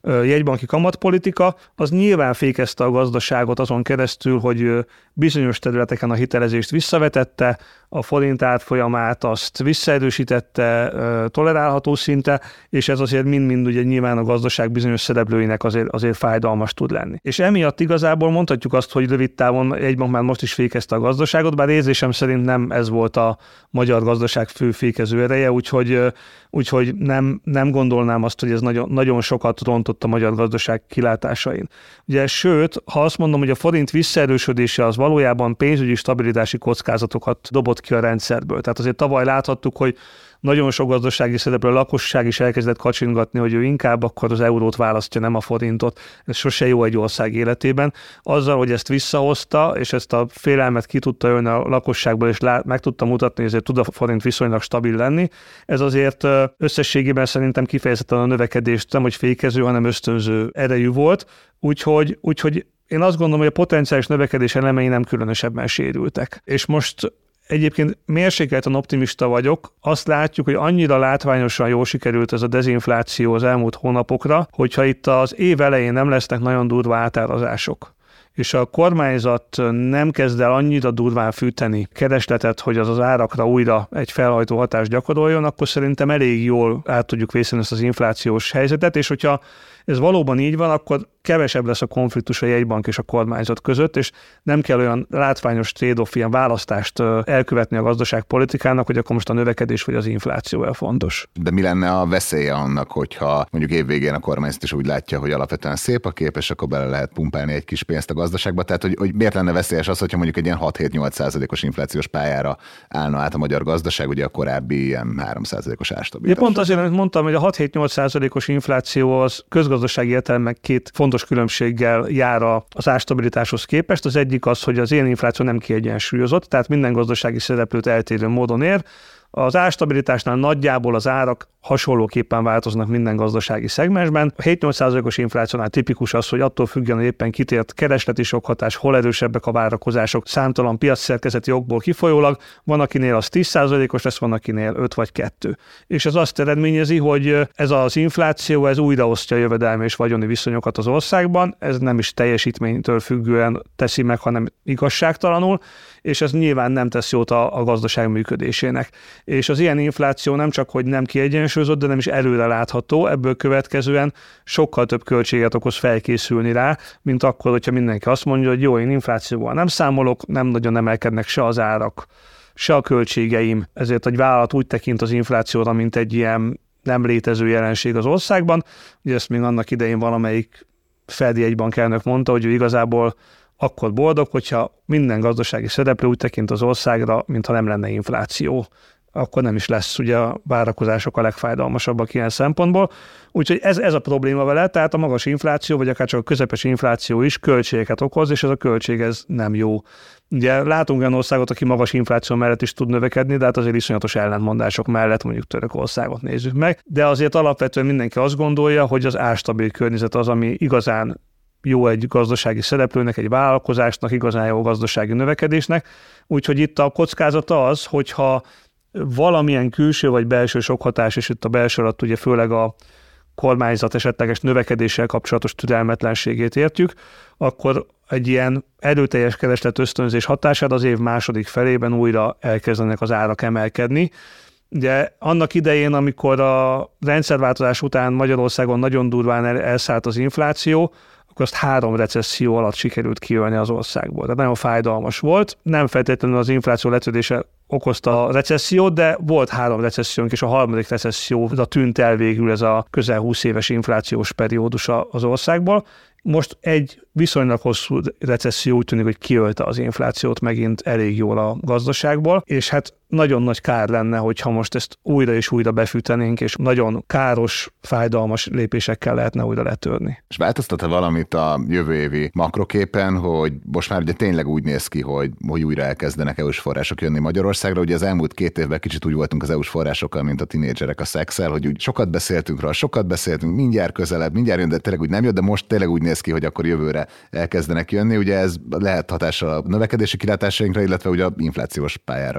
B: jegybanki kamatpolitika, az nyilván fékezte a gazdaságot azon keresztül, hogy bizonyos területeken a hitelezést visszavetette, a forint árfolyamát azt visszaerősítette tolerálható szinte, és ez azért mind-mind ugye nyilván a gazdaság bizonyos szereplőinek azért, azért fájdalmas tud lenni. És emiatt igazából mondhatjuk azt, hogy rövid távon a jegybank már most is fékezte a gazdaságot, bár érzésem szerint nem ez volt a magyar gazdaság fő fékező ereje, úgyhogy, úgyhogy nem, nem gondolnám azt, hogy ez nagyon, nagyon sokat rontott a magyar gazdaság kilátásain. Ugye, sőt, ha azt mondom, hogy a forint visszaerősödése az valójában pénzügyi stabilitási kockázatokat dobott ki a rendszerből. Tehát azért tavaly láthattuk, hogy nagyon sok gazdasági szereplő, a lakosság is elkezdett kacsingatni, hogy ő inkább akkor az eurót választja, nem a forintot. Ez sose jó egy ország életében. Azzal, hogy ezt visszahozta, és ezt a félelmet ki tudta ölni a lakosságból, és lá- meg tudta mutatni, hogy ezért tud a forint viszonylag stabil lenni, ez azért összességében szerintem kifejezetten a növekedést nem hogy fékező, hanem ösztönző erejű volt. Úgyhogy, úgyhogy én azt gondolom, hogy a potenciális növekedés elemei nem különösebben sérültek. És most egyébként mérsékelten optimista vagyok. Azt látjuk, hogy annyira látványosan jól sikerült ez a dezinfláció az elmúlt hónapokra, hogyha itt az év elején nem lesznek nagyon durva átárazások, és a kormányzat nem kezd el annyira durván fűteni keresletet, hogy az az árakra újra egy felhajtó hatást gyakoroljon, akkor szerintem elég jól át tudjuk vészni ezt az inflációs helyzetet, és hogyha ez valóban így van, akkor kevesebb lesz a konfliktus a jegybank és a kormányzat között, és nem kell olyan látványos trade-off, ilyen választást elkövetni a gazdaságpolitikának, hogy akkor most a növekedés vagy az infláció el fontos.
C: De mi lenne a veszélye annak, hogyha mondjuk évvégén a kormányzat is úgy látja, hogy alapvetően szép a kép, és akkor bele lehet pumpálni egy kis pénzt a gazdaságba? Tehát, hogy, hogy miért lenne veszélyes az, hogyha mondjuk egy ilyen hat-hét-nyolc százalékos inflációs pályára állna át a magyar gazdaság, ugye a korábbi ilyen három százalékos árstabilitás?
B: Pont azért, amit mondtam, hogy a hat-hét-nyolc százalékos infláció az közgazdasági értelemben két fontos különbséggel jár az árstabilitáshoz képest. Az egyik az, hogy az ilyen infláció nem kiegyensúlyozott, tehát minden gazdasági szereplőt eltérő módon ér. Az árstabilitásnál nagyjából az árak hasonlóképpen változnak minden gazdasági szegmensben. A hét-nyolc százalékos inflációnál tipikus az, hogy attól függően, hogy éppen kitért keresleti sokhatás, hol erősebbek a várakozások, számtalan piacszerkezeti okból kifolyólag, van akinél az tíz százalékos lesz, van akinél öt vagy kettő. És ez azt eredményezi, hogy ez az infláció, ez újraosztja a jövedelmi és vagyoni viszonyokat az országban, ez nem is teljesítménytől függően teszi meg, hanem igazságtalanul, és ez nyilván nem tesz jót a, a gazdaság működésének. És az ilyen infláció nem csak, hogy nem kiegyensúlyozott, de nem is előre látható, ebből következően sokkal több költséget okoz felkészülni rá, mint akkor, hogyha mindenki azt mondja, hogy jó, én inflációval nem számolok, nem nagyon emelkednek se az árak, se a költségeim, ezért egy vállalat úgy tekint az inflációra, mint egy ilyen nem létező jelenség az országban. Ugye ezt még annak idején valamelyik Feldi jegybankelnök mondta, hogy ő igazából akkor boldog, hogyha minden gazdasági szereplő úgy tekint az országra, mintha nem lenne infláció. Akkor nem is lesz ugye a várakozások a legfájdalmasabbak ilyen szempontból. Úgyhogy ez, ez a probléma vele, tehát a magas infláció, vagy akár csak a közepes infláció is költségeket okoz, és ez a költség ez nem jó. Ugye látunk olyan országot, aki magas infláció mellett is tud növekedni, de hát azért iszonyatos ellentmondások mellett, mondjuk Törökországot nézzük meg. De azért alapvetően mindenki azt gondolja, hogy az árstabil környezet az, ami igazán jó egy gazdasági szereplőnek, egy vállalkozásnak, igazán jó gazdasági növekedésnek. Úgyhogy itt a kockázata az, hogyha valamilyen külső vagy belső sokhatás, és itt a belső alatt ugye főleg a kormányzat esetleges növekedéssel kapcsolatos türelmetlenségét értjük, akkor egy ilyen erőteljes kereslet ösztönzés hatására az év második felében újra elkezdenek az árak emelkedni. Ugye annak idején, amikor a rendszerváltozás után Magyarországon nagyon durván elszállt az infláció, akkor azt három recesszió alatt sikerült kijönni az országból. Tehát nagyon fájdalmas volt. Nem feltétlenül az infláció letörése okozta a recessziót, de volt három recessziónk, és a harmadik recesszióra tűnt el végül ez a közel húsz éves inflációs periódus az országból. Most egy viszonylag hosszú recesszió úgy tűnik, hogy kiölte az inflációt megint elég jól a gazdaságból, és hát nagyon nagy kár lenne, hogyha most ezt újra és újra befűtenénk, és nagyon káros, fájdalmas lépésekkel lehetne újra letörni.
C: És változtat-e valamit a jövő évi makroképen, hogy most már ugye tényleg úgy néz ki, hogy, hogy újra elkezdenek é u-s források jönni Magyarországra? Ugye az elmúlt két évben kicsit úgy voltunk az é u-s forrásokkal, mint a tinédzserek a szexel, hogy úgy sokat beszéltünk róla, sokat beszéltünk, mindjárt közelebb, mindjárt jön, de tényleg úgy nem jött, de most tényleg úgy néz ki, hogy akkor jövőre elkezdenek jönni. Ugye ez lehet hatással a növekedési kilátásainkra, illetve ugye a inflációs pályára is.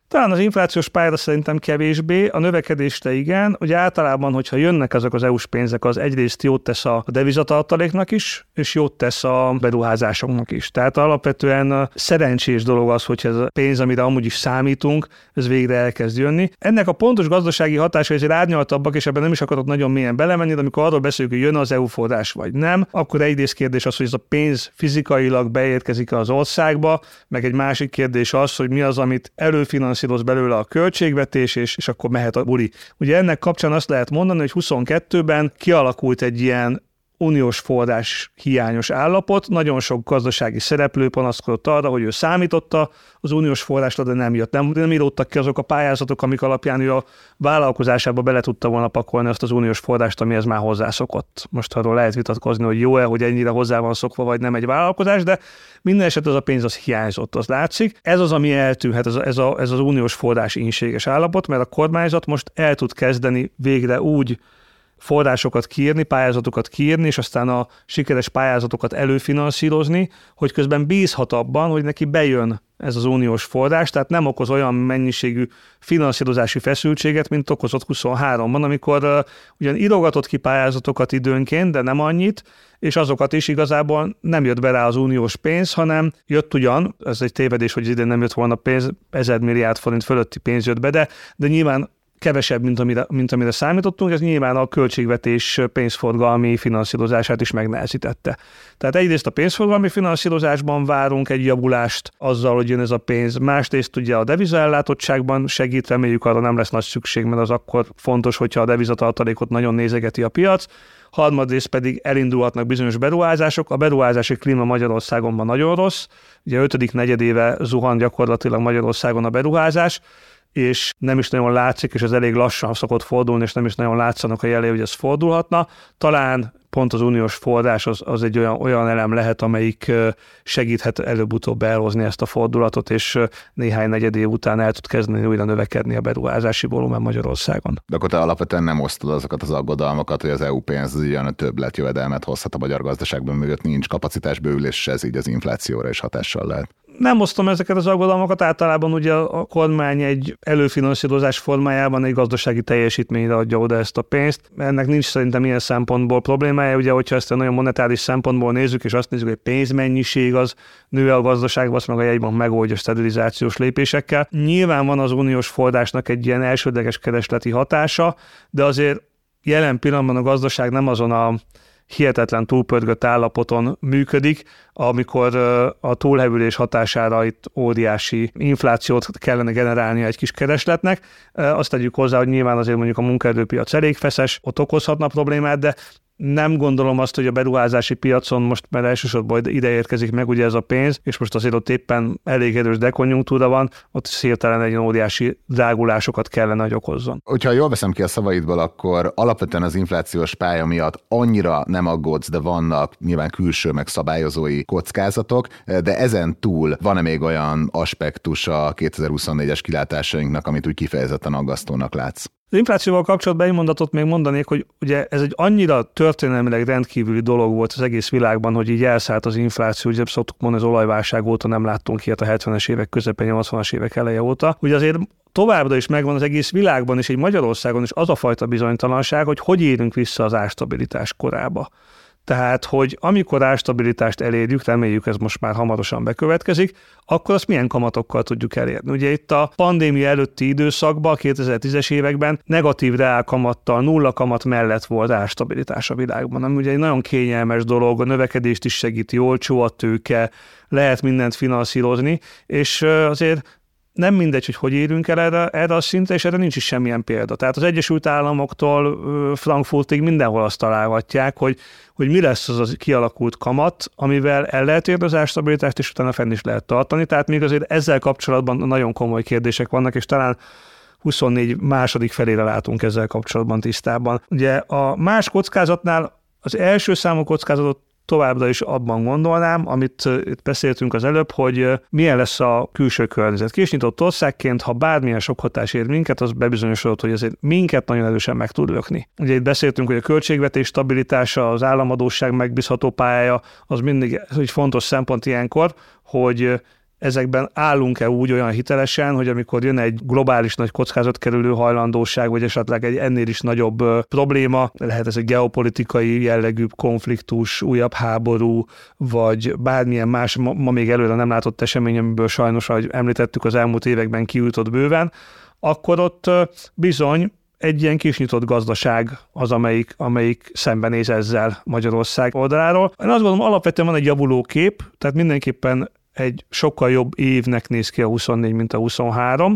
B: Talán az inflációs pályára szerintem kevésbé, a növekedésre igen. Ugye általában, hogyha jönnek ezek az é u-s pénzek, az egyrészt jót tesz a devizatartaléknak is, és jót tesz a beruházásoknak is. Tehát alapvetően szerencsés dolog az, hogy ez a pénz, amire amúgy is számítunk, ez végre elkezd jönni. Ennek a pontos gazdasági hatása azért árnyaltabbak, és ebben nem is akarok nagyon mélyen belemenni, de amikor arról beszélünk, hogy jön az é u forrás vagy nem, akkor egyrészt kérdés az, hogy ez a pénz fizikailag beérkezik az országba, meg egy másik kérdés az, hogy mi az, amit előfinanszíroz belőle a költségvetés, és, és akkor mehet a buli. Ugye ennek kapcsán azt lehet mondani, hogy huszonkettőben kialakult egy ilyen uniós forrás hiányos állapot, nagyon sok gazdasági szereplő panaszkodott arra, hogy ő számította az uniós forrásra, de nem jött. Nem, nem íródtak ki azok a pályázatok, amik alapján ő a vállalkozásába bele tudta volna pakolni azt az uniós forrást, amihez már hozzászokott. Most arról lehet vitatkozni, hogy jó-e, hogy ennyire hozzá van szokva, vagy nem egy vállalkozás, de minden esetben az a pénz az hiányzott, az látszik. Ez az, ami eltűnhet, ez, a, ez, a, ez az uniós forrás ínséges állapot, mert a kormányzat most el tud kezdeni végre úgy forrásokat kiírni, pályázatokat kiírni, és aztán a sikeres pályázatokat előfinanszírozni, hogy közben bízhat abban, hogy neki bejön ez az uniós forrás, tehát nem okoz olyan mennyiségű finanszírozási feszültséget, mint okozott huszonháromban, amikor uh, ugyan írogatott ki pályázatokat időnként, de nem annyit, és azokat is igazából nem jött be rá az uniós pénz, hanem jött ugyan, ez egy tévedés, hogy idén nem jött volna pénz, ezer milliárd forint fölötti pénz jött be, de, de nyilván kevesebb, mint amire, mint amire számítottunk, ez nyilván a költségvetés pénzforgalmi finanszírozását is megnehezítette. Tehát egyrészt a pénzforgalmi finanszírozásban várunk egy javulást azzal, hogy jön ez a pénz, másrészt ugye a devizaellátottságban segít, reméljük arra nem lesz nagy szükség, mert az akkor fontos, hogyha a devizatartalékot nagyon nézegeti a piac, harmadrészt pedig elindulhatnak bizonyos beruházások. A beruházási klíma Magyarországon ma nagyon rossz, ugye ötödik negyedéve zuhan gyakorlatilag Magyarországon a beruházás, és nem is nagyon látszik, és ez elég lassan szokott fordulni, és nem is nagyon látszanak a jelei, hogy ez fordulhatna. Talán pont az uniós forrás az, az egy olyan, olyan elem lehet, amelyik segíthet előbb-utóbb elhozni ezt a fordulatot, és néhány negyed év után el tud kezdeni újra növekedni a beruházási volumen Magyarországon.
C: De akkor te alapvetően nem osztod azokat az aggodalmakat, hogy az é u pénz az ilyen többletjövedelmet hozhat a magyar gazdaságban, mögött nincs kapacitásbővülés, és ez így az inflációra is hatással lehet.
B: Nem osztom ezeket az aggodalmakat, általában ugye a kormány egy előfinanszírozás formájában egy gazdasági teljesítményre adja oda ezt a pénzt. Ennek nincs szerintem ilyen szempontból problémája, ugye, hogyha ezt a nagyon monetáris szempontból nézzük, és azt nézzük, hogy pénzmennyiség az nő a gazdaságban, azt meg a jegybank megoldja stabilizációs lépésekkel. Nyilván van az uniós forrásnak egy ilyen elsődleges keresleti hatása, de azért jelen pillanatban a gazdaság nem azon a hihetetlen túlpörgött állapoton működik, amikor a túlhevülés hatására itt óriási inflációt kellene generálnia egy kis keresletnek. Azt tegyük hozzá, hogy nyilván azért mondjuk a munkaerőpiac elég feszes, ott okozhatna problémát, de nem gondolom azt, hogy a beruházási piacon most, mert elsősorban ide érkezik meg ugye ez a pénz, és most azért ott éppen elég erős dekonjunktúra van, ott hirtelen egy óriási drágulásokat kellene, hogy okozzon.
C: Hogyha jól veszem ki a szavaidból, akkor alapvetően az inflációs pálya miatt annyira nem aggódsz, de vannak nyilván külső meg szabályozói kockázatok, de ezen túl van-e még olyan aspektus a kétezer-huszonnégyes kilátásainknak, amit úgy kifejezetten aggasztónak látsz?
B: Az inflációval kapcsolatban egy mondatot még mondanék, hogy ugye ez egy annyira történelmileg rendkívüli dolog volt az egész világban, hogy így elszállt az infláció, ugye szoktuk mondani, az olajválság óta nem láttunk ilyet a hetvenes évek közepén, nyolcvanas évek eleje óta. Ugye azért továbbra is megvan az egész világban és egy Magyarországon is az a fajta bizonytalanság, hogy hogy érünk vissza az árstabilitás korába. Tehát, hogy amikor árstabilitást elérjük, reméljük ez most már hamarosan bekövetkezik, akkor azt milyen kamatokkal tudjuk elérni. Ugye itt a pandémia előtti időszakban, a kétezer-tízes években negatív reál kamattal, nulla kamat mellett volt árstabilitás a világban, ami ugye egy nagyon kényelmes dolog, a növekedést is segíti, olcsó a tőke, lehet mindent finanszírozni, és azért nem mindegy, hogy hogy érünk el erre, erre a szintre, és erre nincs is semmilyen példa. Tehát az Egyesült Államoktól Frankfurtig mindenhol azt találhatják, hogy, hogy mi lesz az a kialakult kamat, amivel el lehet érni az árstabilitást, és utána fenn is lehet tartani. Tehát még azért ezzel kapcsolatban nagyon komoly kérdések vannak, és talán huszonnégy második felére látunk ezzel kapcsolatban tisztában. Ugye a más kockázatnál az első számú kockázatot továbbra is abban gondolnám, amit itt beszéltünk az előbb, hogy milyen lesz a külső környezet. Késnyitott országként, ha bármilyen sok hatás ér minket, az bebizonyosodott, hogy ezért minket nagyon erősen meg tud lökni. Ugye itt beszéltünk, hogy a költségvetés stabilitása, az államadósság megbízható pályája, az mindig egy fontos szempont ilyenkor, hogy ezekben állunk-e úgy olyan hitelesen, hogy amikor jön egy globális nagy kockázatkerülő hajlandóság, vagy esetleg egy ennél is nagyobb probléma, lehet ez egy geopolitikai jellegű konfliktus, újabb háború, vagy bármilyen más, ma, ma még előre nem látott esemény, amiből sajnos, ahogy említettük, az elmúlt években kijutott bőven, akkor ott bizony egy ilyen kisnyitott gazdaság az, amelyik, amelyik szembenéz ezzel Magyarország oldaláról. Én azt gondolom, alapvetően van egy javuló kép, tehát mindenképpen egy sokkal jobb évnek néz ki a huszonnégy, mint a huszonhárom,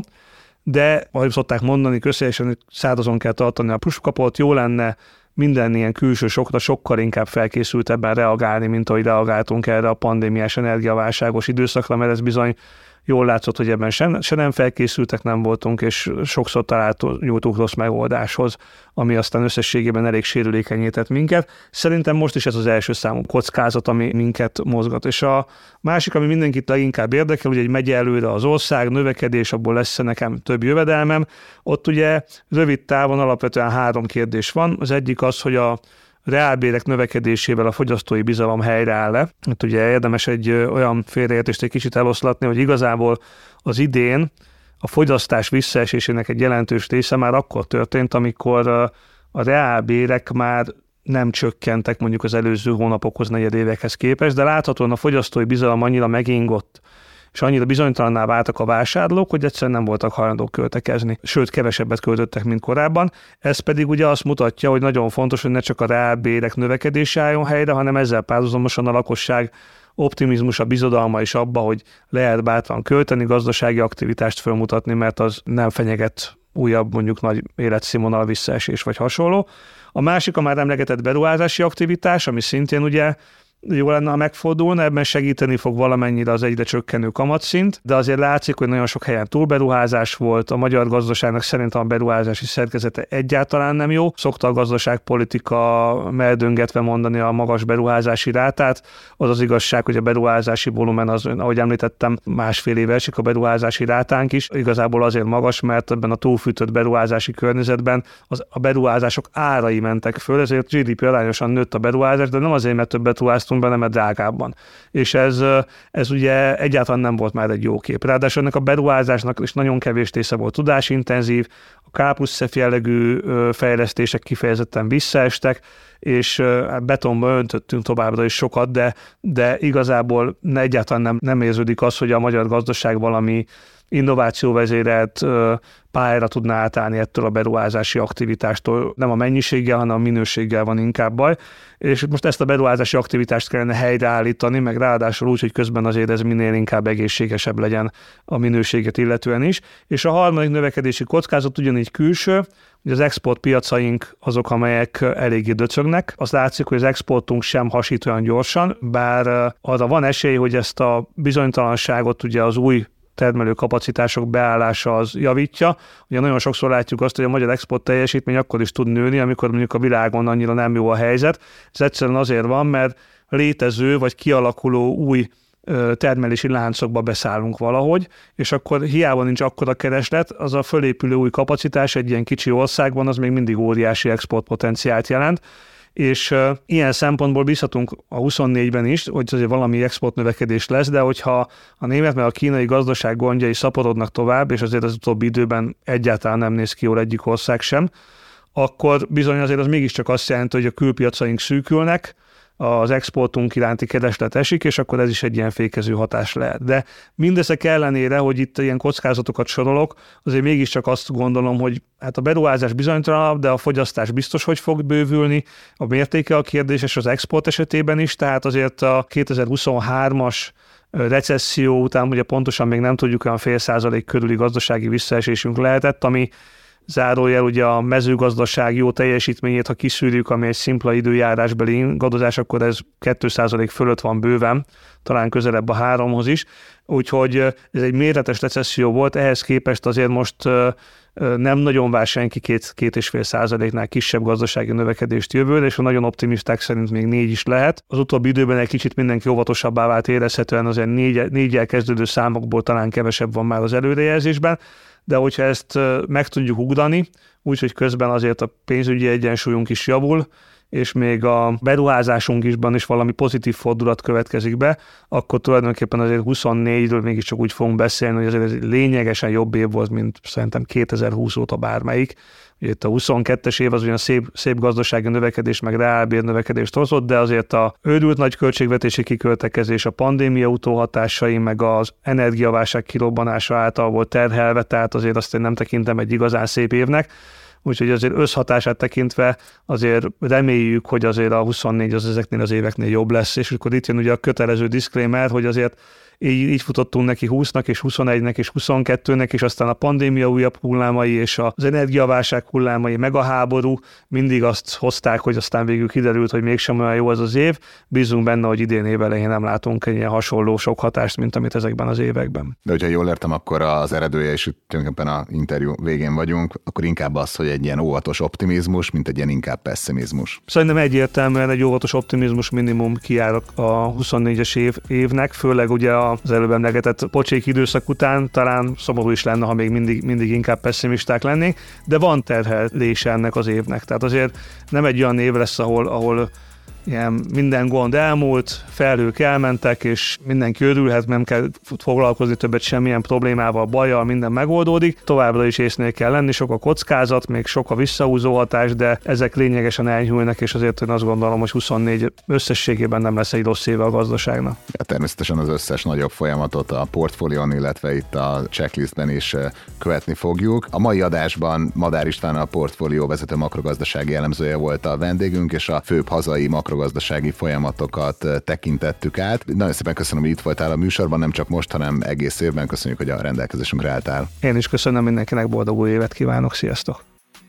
B: de ahogy szokták mondani, közösen százazon kell tartani a puskapot, jó lenne minden ilyen külső sokra sokkal inkább felkészültebben reagálni, mint ahogy reagáltunk erre a pandémiás energiaválságos időszakra, mert ez bizony jól látszott, hogy ebben se, se nem felkészültek nem voltunk, és sokszor találtunk rossz megoldáshoz, ami aztán összességében elég sérülékenyített minket. Szerintem most is ez az első számú kockázat, ami minket mozgat. És a másik, ami mindenkit leginkább érdekel, hogy egy megye előre az ország, növekedés, abból lesz nekem több jövedelmem. Ott ugye rövid távon alapvetően három kérdés van. Az egyik az, hogy a reálbérek növekedésével a fogyasztói bizalom helyreáll-e. Hát ugye érdemes egy olyan félreértést egy kicsit eloszlatni, hogy igazából az idén a fogyasztás visszaesésének egy jelentős része már akkor történt, amikor a reálbérek már nem csökkentek mondjuk az előző hónapokhoz, negyedévekhez képest, de láthatóan a fogyasztói bizalom annyira megingott, és annyira bizonytalanná váltak a vásárlók, hogy egyszerűen nem voltak hajlandók költekezni. Sőt, kevesebbet költöttek, mint korábban. Ez pedig ugye azt mutatja, hogy nagyon fontos, hogy ne csak a reálbérek növekedése álljon helyre, hanem ezzel párhuzamosan a lakosság optimizmusa, bizodalma is abba, hogy lehet bátran költeni, gazdasági aktivitást fölmutatni, mert az nem fenyeget újabb mondjuk nagy életszínvonal visszaesés vagy hasonló. A másik a már emlegetett beruházási aktivitás, ami szintén ugye jó lenne, ha megfordulna, ebben segíteni fog valamennyire az egyre csökkenő kamatszint, de azért látszik, hogy nagyon sok helyen túlberuházás volt, a magyar gazdaságnak szerintem a beruházási szerkezete egyáltalán nem jó. Szokta a gazdaságpolitika meldöngetve mondani a magas beruházási rátát. Az az igazság, hogy a beruházási volumen az, ahogy említettem, másfél éve esik a beruházási rátánk is. Igazából azért magas, mert ebben a túlfűtött beruházási környezetben az, a beruházások árai mentek föl, ezért gé dé pé arányosan nőtt a beruházás, de nem azért, mert többet ruháztunk benne, mert drágábban. És ez, ez ugye egyáltalán nem volt már egy jó kép. Ráadásul ennek a beruházásnak is nagyon kevés része volt tudásintenzív, a ká plusz ef jellegű fejlesztések kifejezetten visszaestek, és betonba öntöttünk továbbra is sokat, de, de igazából egyáltalán nem, nem érződik az, hogy a magyar gazdaság valami innovációvezérelt pályára tudná átállni ettől a beruházási aktivitástól. Nem a mennyiséggel, hanem a minőséggel van inkább baj. És most ezt a beruházási aktivitást kellene helyreállítani, meg ráadásul úgy, hogy közben azért ez minél inkább egészségesebb legyen a minőséget illetően is. És a harmadik növekedési kockázat ugyanígy külső, hogy az exportpiacaink azok, amelyek eléggé döcögnek. Az látszik, hogy az exportunk sem hasít olyan gyorsan, bár arra van esély, hogy ezt a bizonytalanságot ugye az új termelő kapacitások beállása az javítja. Ugye nagyon sokszor látjuk azt, hogy a magyar export teljesítmény akkor is tud nőni, amikor mondjuk a világon annyira nem jó a helyzet. Ez egyszerűen azért van, mert létező vagy kialakuló új termelési láncokba beszállunk valahogy, és akkor hiába nincs akkora kereslet, az a fölépülő új kapacitás egy ilyen kicsi országban az még mindig óriási exportpotenciált jelent, és uh, ilyen szempontból bízhatunk a huszonnégyben is, hogy azért valami exportnövekedés lesz, de hogyha a német meg a kínai gazdaság gondjai szaporodnak tovább, és azért az utóbbi időben egyáltalán nem néz ki jól egyik ország sem, akkor bizony azért az mégiscsak azt jelenti, hogy a külpiacaink szűkülnek, az exportunk iránti kereslet esik, és akkor ez is egy ilyen fékező hatás lehet. De mindezek ellenére, hogy itt ilyen kockázatokat sorolok, azért mégiscsak azt gondolom, hogy hát a beruházás bizonytalanabb, de a fogyasztás biztos, hogy fog bővülni, a mértéke a kérdés, és az export esetében is, tehát azért a kétezer-huszonhármas recesszió után ugye pontosan még nem tudjuk, olyan fél százalék körüli gazdasági visszaesésünk lehetett, ami zárójel ugye a mezőgazdaság jó teljesítményét, ha kiszűrjük, ami egy szimpla időjárásbeli ingadozás, akkor ez két százalék fölött van bőven, talán közelebb a háromhoz is. Úgyhogy ez egy méretes recesszió volt, ehhez képest azért most nem nagyon vár senki két, két és fél százaléknál kisebb gazdasági növekedést jövőre, és a nagyon optimisták szerint még négy is lehet. Az utóbbi időben egy kicsit mindenki óvatosabbá vált érezhetően, azért négy, négyel kezdődő számokból talán kevesebb van már az előrejelzésben, de hogyha ezt meg tudjuk ugrani, úgyhogy közben azért a pénzügyi egyensúlyunk is javul, és még a beruházásunk isban is valami pozitív fordulat következik be, akkor tulajdonképpen azért huszonnégyről mégiscsak úgy fogunk beszélni, hogy azért ez lényegesen jobb év volt, mint szerintem kétezer-húsz óta bármelyik. Itt a huszonkettes év az ugyan szép, szép gazdasági növekedés, meg reálbér növekedést hozott, de azért a őrült nagy költségvetési kiköltekezés, a pandémia utóhatásai, meg az energiaválság kirobbanása által volt terhelve, tehát azért azt én nem tekintem egy igazán szép évnek. Úgyhogy azért összhatását tekintve azért reméljük, hogy azért a huszonnégy az ezeknél az éveknél jobb lesz, és akkor itt jön ugye a kötelező disclaimer, hogy azért így, így futottunk neki húsznak, és huszonegynek, és huszonkettőnek, és aztán a pandémia újabb hullámai, és az energiaválság hullámai, meg a háború mindig azt hozták, hogy aztán végül kiderült, hogy mégsem olyan jó ez az év. Bízunk benne, hogy idén év elején nem látunk egy ilyen hasonló sok hatást, mint amit ezekben az években.
C: De hogyha jól értem, akkor az eredője, és tulajdonképpen a interjú végén vagyunk, akkor inkább az, hogy egy ilyen óvatos optimizmus, mint egy ilyen inkább pessimizmus.
B: Szerintem egyértelműen egy óvatos optimizmus minimum kijár a huszonnégyes év, évnek, főleg ugye az előbb emlegetett pocsék időszak után talán szomorú is lenne, ha még mindig, mindig inkább pessimisták lennénk, de van terhelése ennek az évnek. Tehát azért nem egy olyan év lesz, ahol, ahol ilyen minden gond elmúlt, felhők elmentek, és mindenki örülhet, nem kell foglalkozni többet semmilyen problémával, bajjal, minden megoldódik. Továbbra is észnél kell lenni, sok a kockázat, még sok a visszahúzó hatás, de ezek lényegesen enyhülnek, és azért én azt gondolom, hogy huszonnégy összességében nem lesz egy rossz éve a gazdaságnak.
C: Ja, természetesen az összes nagyobb folyamatot a portfólión, illetve itt a checklistben is követni fogjuk. A mai adásban Madár István, a portfólió vezető makrogazdasági elemzője volt a vendégünk, és a főbb hazai makrogazdasági folyamatokat tekintettük át. Nagyon szépen köszönöm, hogy itt voltál a műsorban, nem csak most, hanem egész évben. Köszönjük, hogy a rendelkezésünkre álltál.
B: Én is köszönöm, mindenkinek boldog új évet kívánok, sziasztok!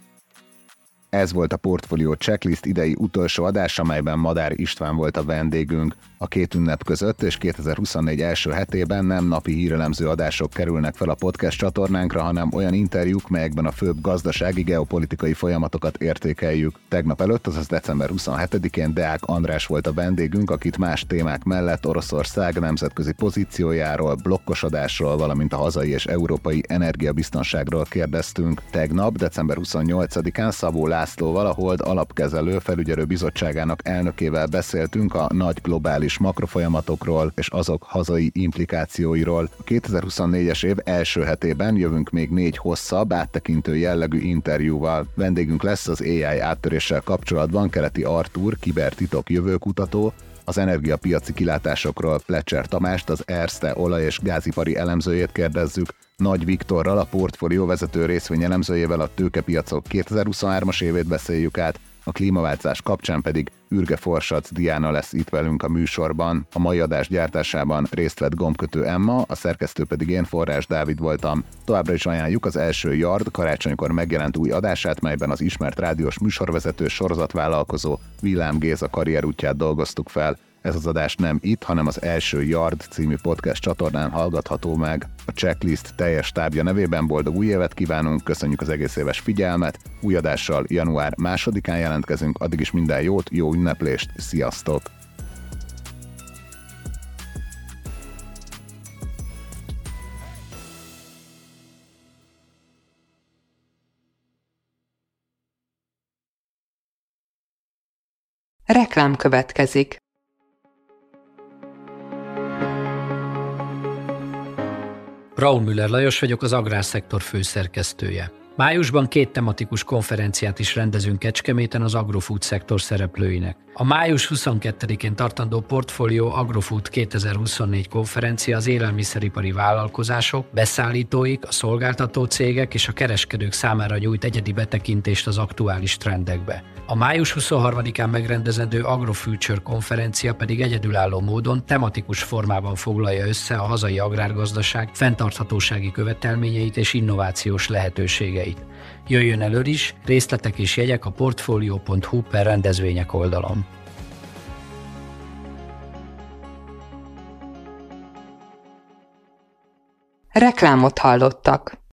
C: Ez volt a Portfólió Checklist idei utolsó adás, amelyben Madár István volt a vendégünk. A két ünnep között és kétezer-huszonnégy első hetében nem napi hírelemző adások kerülnek fel a podcast csatornánkra, hanem olyan interjúk, melyekben a főbb gazdasági, geopolitikai folyamatokat értékeljük. Tegnap előtt, azaz december huszonhetedikén Deák András volt a vendégünk, akit más témák mellett Oroszország nemzetközi pozíciójáról, blokkosodásról, valamint a hazai és európai energiabiztonságról kérdeztünk. Tegnap, december huszonnyolcadikán Szabó Lászlóval, a Hold Alapkezelő Felügyelő Bizottságának elnökével beszéltünk a nagy globális makrofolyamatokról és azok hazai implikációiról. A kétezer-huszonnégyes év első hetében jövünk még négy hosszabb, áttekintő jellegű interjúval. Vendégünk lesz az á i áttöréssel kapcsolatban Keleti Artúr, kibertitok jövőkutató, az energiapiaci kilátásokról Plecser Tamást, az Erste olaj- és gázipari elemzőjét kérdezzük, Nagy Viktorral, a portfólió vezető részvényelemzőjével a tőkepiacok kétezer-huszonhármas évét beszéljük át, a klímaváltozás kapcsán pedig Ürge Forsac Diana lesz itt velünk a műsorban. A mai adás gyártásában részt vett Gombkötő Emma, a szerkesztő pedig én, Forrás Dávid voltam. Továbbra is ajánljuk az első Yard karácsonykor megjelent új adását, melyben az ismert rádiós műsorvezető, sorozatvállalkozó Villám Géza karrierútját dolgoztuk fel. Ez az adás nem itt, hanem az első Yard című podcast csatornán hallgatható meg. A Checklist teljes stábja nevében boldog új évet kívánunk, köszönjük az egész éves figyelmet, új adással január másodikán jelentkezünk, addig is minden jót, jó ünneplést, sziasztok!
A: Reklám következik.
D: Braun Müller Lajos vagyok, az Agrárszektor főszerkesztője. Májusban két tematikus konferenciát is rendezünk Kecskeméten az agrofood szektor szereplőinek. A május huszonkettedikén tartandó Portfólió Agrofood kétezer-huszonnégy konferencia az élelmiszeripari vállalkozások, beszállítóik, a szolgáltató cégek és a kereskedők számára nyújt egyedi betekintést az aktuális trendekbe. A május huszonharmadikán megrendezendő AgroFuture konferencia pedig egyedülálló módon tematikus formában foglalja össze a hazai agrárgazdaság fenntarthatósági követelményeit és innovációs lehetőségeit. Jöjjön elő is, részletek és jegyek a portfolio pont hu per rendezvények oldalon.
A: Reklámot hallottak.